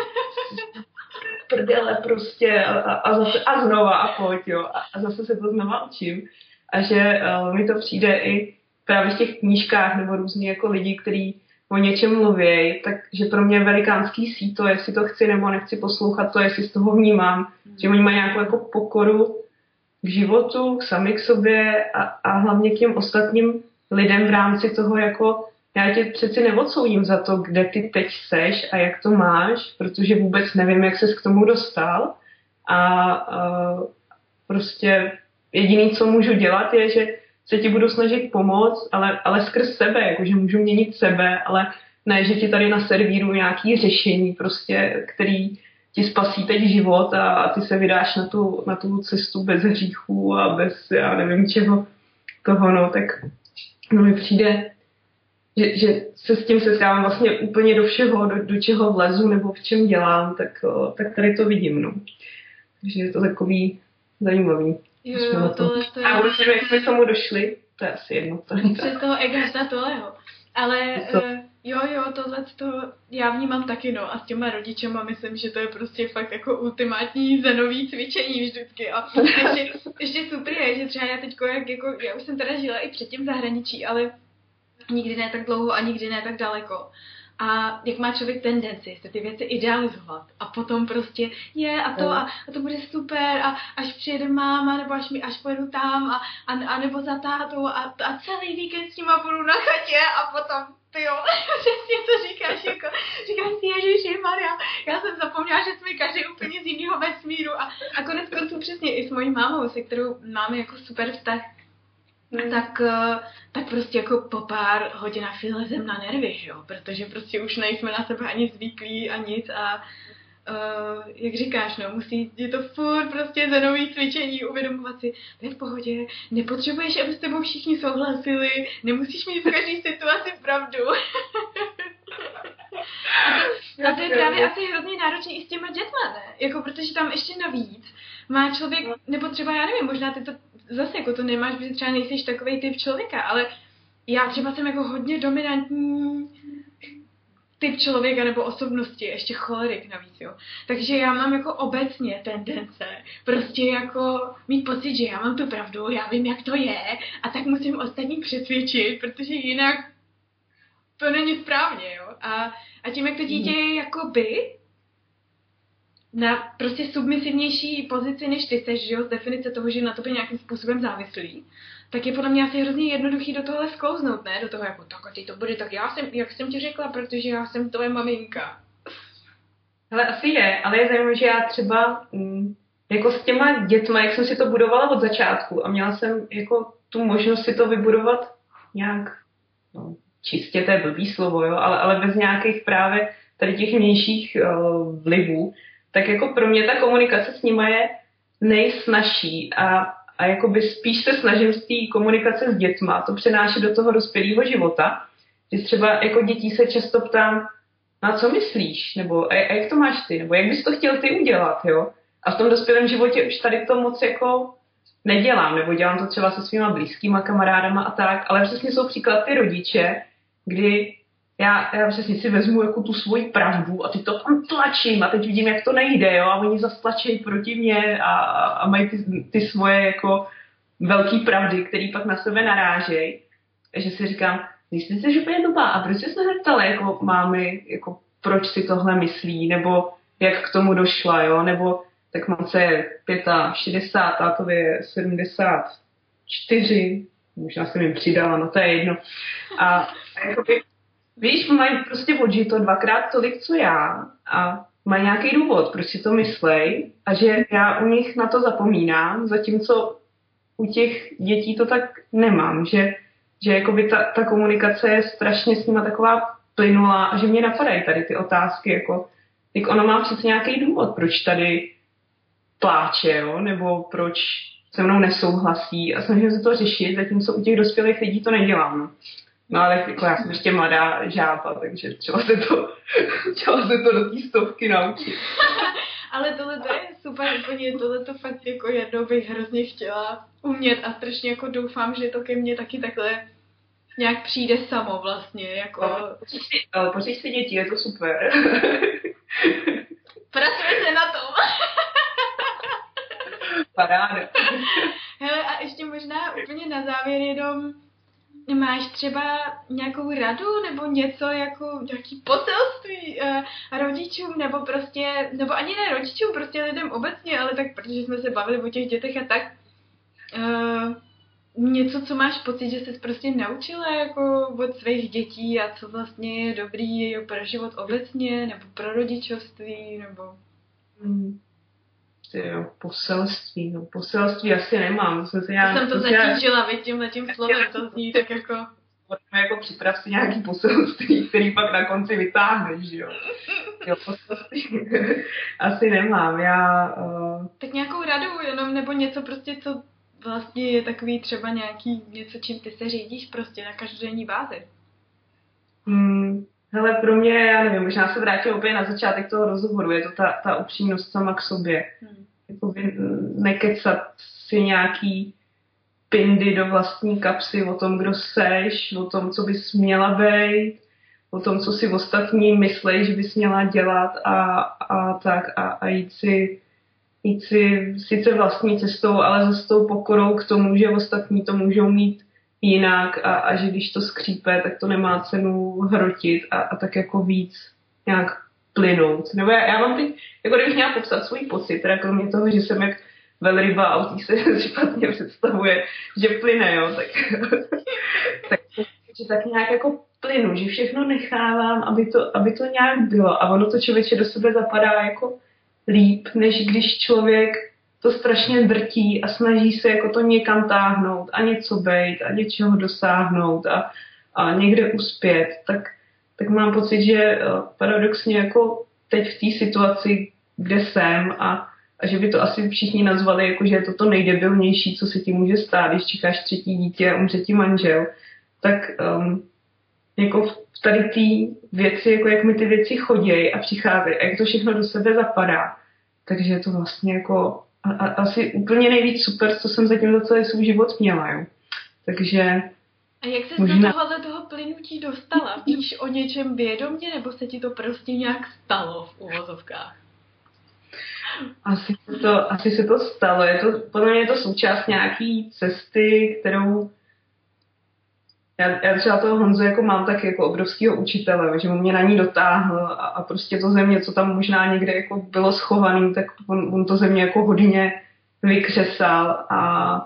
Prdele prostě a znova a pojď, jo, a zase se to znova učím. A že mi to přijde i právě v těch knížkách nebo různý jako lidi, kteří o něčem mluví, takže pro mě je velikánský síto, jestli to chci nebo nechci poslouchat to, jestli z toho vnímám, že oni mají nějakou jako pokoru k životu, sami k sobě a hlavně k těm ostatním lidem v rámci toho jako já tě přeci neodsoudím za to, kde ty teď seš a jak to máš, protože vůbec nevím, jak ses k tomu dostal a prostě jediný, co můžu dělat, je, že se ti budu snažit pomoct, ale skrz sebe, jakože můžu měnit sebe, ale ne, že ti tady naservíruju nějaký řešení, prostě, který ti spasí teď život a ty se vydáš na tu cestu bez hříchů a bez, já nevím čeho toho, no, tak no mi přijde, že se s tím setkávám vlastně úplně do všeho, do čeho vlezu nebo v čem dělám, tak tady to vidím, no. Takže je to takový zajímavý. Jo, tohle to je... A určitě, jak jsme k tomu došli, to je asi jedno. Přes toho Eckharta Tolleho. Ale jo, tohle to já vnímám taky, no. A s těma rodičema myslím, že to je prostě fakt jako ultimátní zenový cvičení vždycky. A ještě super je, že třeba já teďko, já už jsem teda žila i předtím v zahraničí, ale nikdy ne tak dlouho a nikdy ne tak daleko. A jak má člověk tendenci se ty věci idealizovat a potom prostě a to bude super a až přijede máma nebo až pojedu tam a nebo za tátou a celý víkend s nima budu na chatě a potom tyjo, přesně to říkáš, jako, říkám si, Ježišimarja, já jsem zapomněla, že jsme každý úplně z jiného vesmíru a konec konců přesně i s mojí mámou, se kterou máme jako super vztah, tak prostě jako po pár hodinách si lezem na nervy, jo? Protože prostě už nejsme na sebe ani zvyklí a nic jak říkáš, no, je to furt prostě za nový cvičení, uvědomovat si, to je v pohodě, nepotřebuješ, aby s tebou všichni souhlasili, nemusíš mít v každé situaci pravdu. A to je právě asi hrozně náročný i s těma dětma, ne? Jako, protože tam ještě navíc má člověk, nebo třeba, já nevím, možná ty to zase jako to nemáš, protože třeba nejsiš takovej typ člověka, ale já třeba jsem jako hodně dominantní typ člověka nebo osobnosti, ještě cholerik navíc, jo. Takže já mám jako obecně tendence prostě jako mít pocit, že já mám tu pravdu, já vím, jak to je a tak musím ostatní přesvědčit, protože jinak to není správně, jo. A tím, jak to dítě je jakoby na prostě submisivnější pozici, než ty seš, že jo, z definice toho, že na tobě nějakým způsobem závislý, tak je podle mě asi hrozně jednoduchý do tohle sklouznout, ne? Do toho jako, tak a ty to bude, tak jak jsem ti řekla, protože já jsem tvoje maminka. Ale asi je, ale je zajímavé, že já třeba jako s těma dětma, jak jsem si to budovala od začátku a měla jsem jako tu možnost si to vybudovat nějak, no, čistě to je blbý slovo, jo, ale bez nějakých právě tady těch vnějších vlivů, tak jako pro mě ta komunikace s nima je nejsnažší a jakoby spíš se snažím z té komunikace s dětma to přenášet do toho dospělého života, že třeba jako dětí se často ptám, na co myslíš, nebo a jak to máš ty, nebo jak bys to chtěl ty udělat, jo? A v tom dospělém životě už tady to moc jako nedělám, nebo dělám to třeba se svýma blízkýma kamarádama a tak, ale přesně jsou příklad ty rodiče, kdy já přesně si vezmu jako tu svoji pravdu a ty to tam tlačím a teď vidím, jak to nejde, jo, a oni zase tlačí proti mě a mají ty svoje jako velký pravdy, který pak na sebe narážejí. Takže si říkám, myslíte, že úplně blbá a proč jste se neptali jako mámy, jako proč si tohle myslí, nebo jak k tomu došla, jo, nebo tak mamce je 65, tátovi je 74, možná jsem jim přidala, no to je jedno. A jakoby víš, mají prostě odžito dvakrát tolik, co já a mají nějaký důvod, proč si to myslej a že já u nich na to zapomínám, zatímco u těch dětí to tak nemám, že jakoby ta komunikace je strašně s nima taková plynulá a že mě napadají tady ty otázky, jako tak ono má přece nějaký důvod, proč tady pláče, jo, nebo proč se mnou nesouhlasí a snažím se to řešit, zatímco u těch dospělých lidí to nedělám, no. No ale jako já jsem ještě mladá žába, takže třeba se to do té stovky naučit. Ale tohle to je super úplně, tohle to fakt jako jednou bych hrozně chtěla umět a strašně jako doufám, že to ke mně taky takhle nějak přijde samo vlastně, jako... Pořiď si děti, je to super. Pracuje se na tom. Paráda. Hele, a ještě možná úplně na závěr jenom, máš třeba nějakou radu nebo něco jako nějaký poselství rodičům nebo prostě, nebo ani ne rodičům, prostě lidem obecně, ale tak protože jsme se bavili o těch dětech a tak něco, co máš pocit, že jsi prostě naučila jako od svých dětí a co vlastně je dobrý pro život obecně nebo pro rodičovství nebo... Poselství asi nemám. Jsem to zatížila, tímhletím slovem, to zní tak jako... Jako připrav si nějaký poselství, který pak na konci vytáhneš, jo. Jo, poselství asi nemám, Tak nějakou radu jenom, nebo něco prostě, co vlastně je takový třeba nějaký něco, čím ty se řídíš prostě na každodenní bázi. Hele, pro mě, já nevím, možná se vrátím opět na začátek toho rozhovoru, je to ta upřímnost sama k sobě. Jako nekecat si nějaký pindy do vlastní kapsy o tom, kdo seš, o tom, co bys měla být, o tom, co si ostatní myslej, že bys měla dělat a jít si sice vlastní cestou, ale zase tou pokorou k tomu, že ostatní to můžou mít jinak a že když to skřípe, tak to nemá cenu hrotit a tak jako víc nějak plynout. Nebo já mám teď, jako kdybych měla popsat svůj pocit, teda kromě toho, že jsem jak velryba a u se špatně představuje, že plyne, jo, tak nějak jako plynu, že všechno nechávám, aby to nějak bylo a ono to člověče do sebe zapadá jako líp, než když člověk to strašně drtí a snaží se jako to někam táhnout a něco bejt a něčeho dosáhnout a někde uspět, tak mám pocit, že paradoxně jako teď v té situaci, kde jsem a že by to asi všichni nazvali, jako, že je to nejdebilnější, co se ti může stát, když čekáš 3. dítě a umře ti manžel, tak jako v tady té věci, jako jak mi ty věci chodějí a přicházejí a jak to všechno do sebe zapadá, takže je to vlastně jako asi úplně nejvíc super, co jsem zatím za celý svůj život měla, jo. Takže a jak se do toho plynutí dostala? Víš o něčem vědomě, nebo se ti to prostě nějak stalo v uvozovkách? Asi se to stalo. Podle mě je to součást nějaký cesty, kterou já třeba toho Honzu jako mám taky jako obrovského učitele, že on mě na ní dotáhl a prostě to ze mě, co tam možná někde jako bylo schovaný, tak on to ze mě jako hodně vykřesal a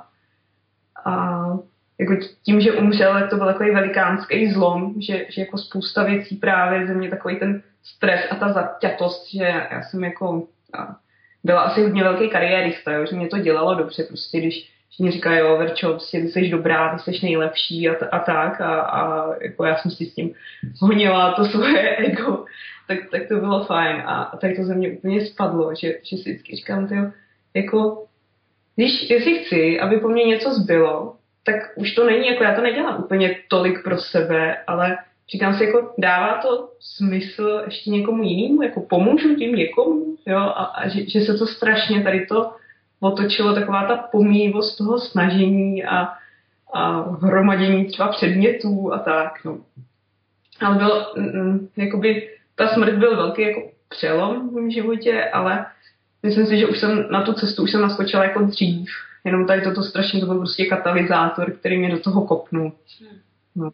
jako tím, že umřel, to byl takový velikánský zlom, že jako spousta věcí právě ze mě takový ten stres a ta zaťatost, že já jsem jako byla asi hodně velký kariérista, jo, že mě to dělalo dobře, prostě když mi říkají, jo, Verčo, prostě ty jsi dobrá, ty jsi nejlepší a tak a jako já jsem si s tím honila to svoje ego, tak to bylo fajn a tak to ze mě úplně spadlo, že si vždycky říkám, tyjo, jako jestli chci, aby po mně něco zbylo, tak už to není, jako já to nedělám úplně tolik pro sebe, ale říkám si, jako dává to smysl ještě někomu jinému, jako pomůžu tím někomu, jo, a že se to strašně tady to otočilo, taková ta pomíjivost toho snažení a hromadění třeba předmětů a tak, no. Ale bylo, jakoby, ta smrt byl velký jako přelom v mém životě, ale myslím si, že už jsem na tu cestu už jsem naskočila jako dřív, jenom tady toto strašně, to byl prostě katalyzátor, který mě do toho kopnul. No.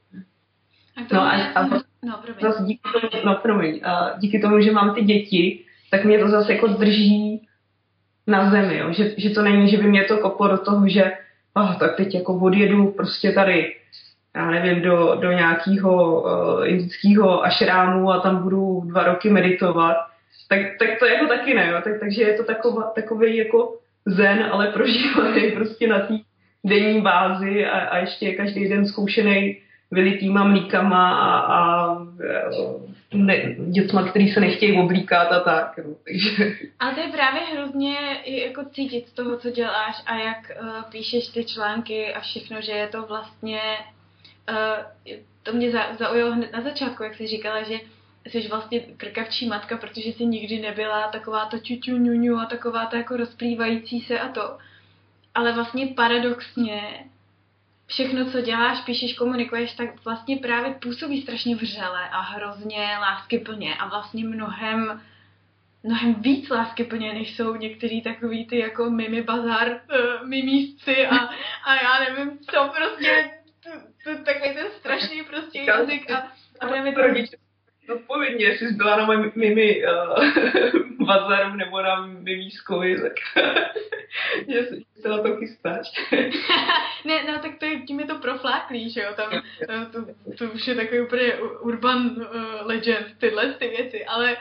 Díky tomu, že mám ty děti, tak mě to zase jako drží na zemi, jo? Že to není, že by mě to koplo do toho, že tak teď jako odjedu prostě tady, já nevím, do nějakého indického ašrámu a tam budu 2 roky meditovat, tak to jako taky ne, jo? Takže je to takový jako zen, ale prožívaný prostě na té denní bázi a ještě každý den zkoušený vylitýma mlíkama a dětma, který se nechtějí oblíkat a tak. No, takže. Ale to je právě hrozně jako cítit z toho, co děláš a jak píšeš ty články a všechno, že je to vlastně, to mě zaujalo hned na začátku, jak jsi říkala, že jsi vlastně krkavčí matka, protože jsi nikdy nebyla taková to čuču ňuňu a taková to jako rozplývající se a to. Ale vlastně paradoxně všechno, co děláš, píšeš, komunikuješ, tak vlastně právě působí strašně vřele a hrozně láskyplně a vlastně mnohem víc láskyplně, než jsou některý takový ty jako mimi bazar, mimísci a já nevím co, prostě takový ten strašný prostě jazyk a právě to odpovědně, jestli jsi byla na mimi bazaru nebo na mimískovi, tak že se na to chystáš. Ne, no tak tím je to profláklý, že jo, tam to už je takový úplně urban legend, tyhle ty věci, ale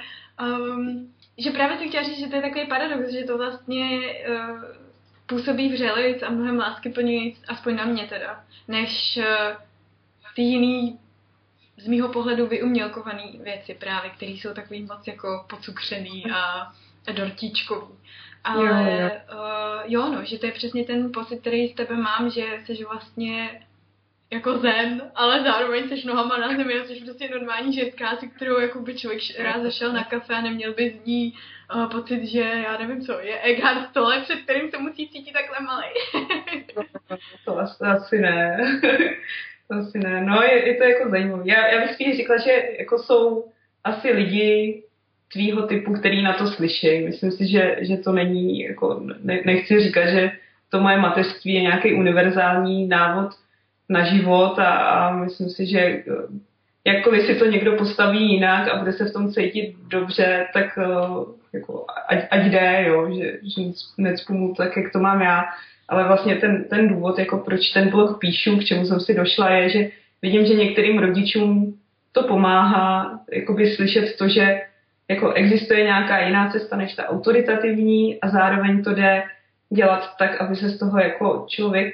že právě si chtěla říct, že to je takový paradox, že to vlastně působí vřelejc a mnohem láskyplnějc, aspoň na mě teda, než ty jiný z mýho pohledu vyumělkovaný věci právě, které jsou takový moc jako pocukřený a dortíčkový. Ale jo, no, že to je přesně ten pocit, který z tebe mám, že jsi vlastně jako zen, ale zároveň jsi nohama na zemi a jsi prostě normální ženská, si kterou jako by člověk rád zašel na kafe a neměl by z ní pocit, že já nevím co, je egg na stole, před kterým se musí cítit takhle malej. To asi ne. Asi ne. No, je to jako zajímavé. Já bych spíš řekla, že jako jsou asi lidi tvýho typu, který na to slyší. Myslím si, že to není, jako, nechci říkat, že to moje mateřství je nějaký univerzální návod na život a myslím si, že jakkoliv si to někdo postaví jinak a bude se v tom cítit dobře, tak jako, ať jde, jo, že necpu mu tak, jak to mám já. Ale vlastně ten důvod, jako proč ten blog píšu, k čemu jsem si došla, je, že vidím, že některým rodičům to pomáhá jakoby slyšet to, že jako existuje nějaká jiná cesta než ta autoritativní a zároveň to jde dělat tak, aby se z toho jako člověk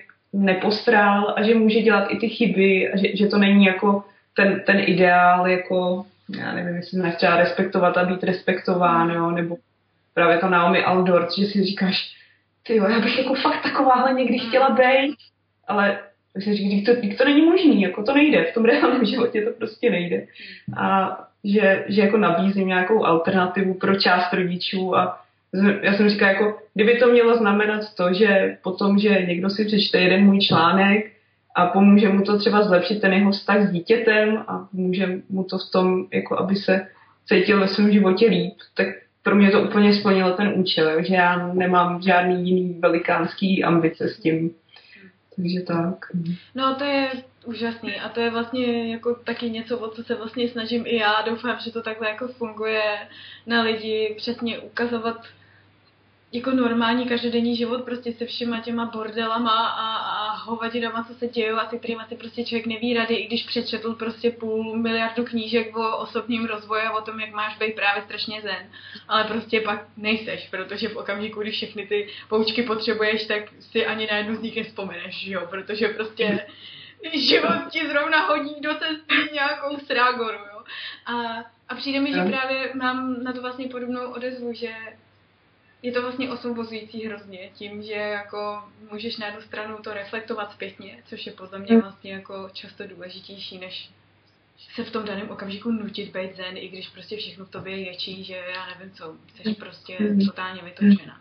nepostral a že může dělat i ty chyby a že to není jako ten ideál jako já nevím, jestli máš třeba respektovat a být respektován, jo, nebo právě to Naomi Aldor, že si říkáš, ty já bych jako fakt takováhle někdy chtěla být, ale si říkáš, to není možný, jako to nejde, v tom reálném životě to prostě nejde. A že jako nabízím nějakou alternativu pro část rodičů a já jsem říkala, jako, kdyby to mělo znamenat to, že potom, že někdo si přečte jeden můj článek a pomůže mu to třeba zlepšit ten jeho vztah s dítětem a pomůže mu to v tom, jako aby se cítil ve svém životě líp, tak pro mě to úplně splnilo ten účel, že já nemám žádný jiný velikánský ambice s tím. Takže tak. No to je úžasný a to je vlastně jako taky něco, o co se vlastně snažím i já. Doufám, že to takhle jako funguje na lidi, přesně ukazovat jako normální každodenní život prostě se všema těma bordelama a hovadinama, co se dějou a se kterýma si prostě člověk neví rady, i když přečetl prostě 500 miliardu knížek o osobním rozvoji a o tom, jak máš být právě strašně zen. Ale prostě pak nejseš, protože v okamžiku, kdy všechny ty poučky potřebuješ, tak si ani na jednu z nich nevzpomeneš, jo, protože prostě život ti zrovna hodí do cesty nějakou srágoru, jo. A přijde mi, že právě mám na to vlastně podobnou odezvu, že je to vlastně osvobozující hrozně tím, že jako můžeš na jednu stranu to reflektovat zpětně, což je podle mě vlastně jako často důležitější, než se v tom daném okamžiku nutit být zen, i když prostě všechno v tobě ječí, že já nevím co, jsi prostě totálně vytočena.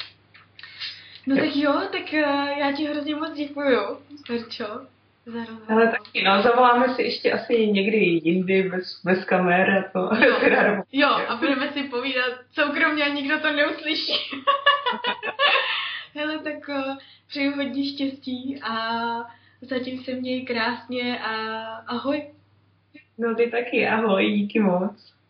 No tak jo, tak já ti hrozně moc děkuju, Verčo, za rozhovor. Ale taky, no, zavoláme si ještě asi někdy jindy bez kamer a to. Jo, a budeme si povídat soukromně a nikdo to neuslyší. Hele, tak přeju hodně štěstí a zatím se měj krásně a ahoj. No ty taky, ahoj, díky moc.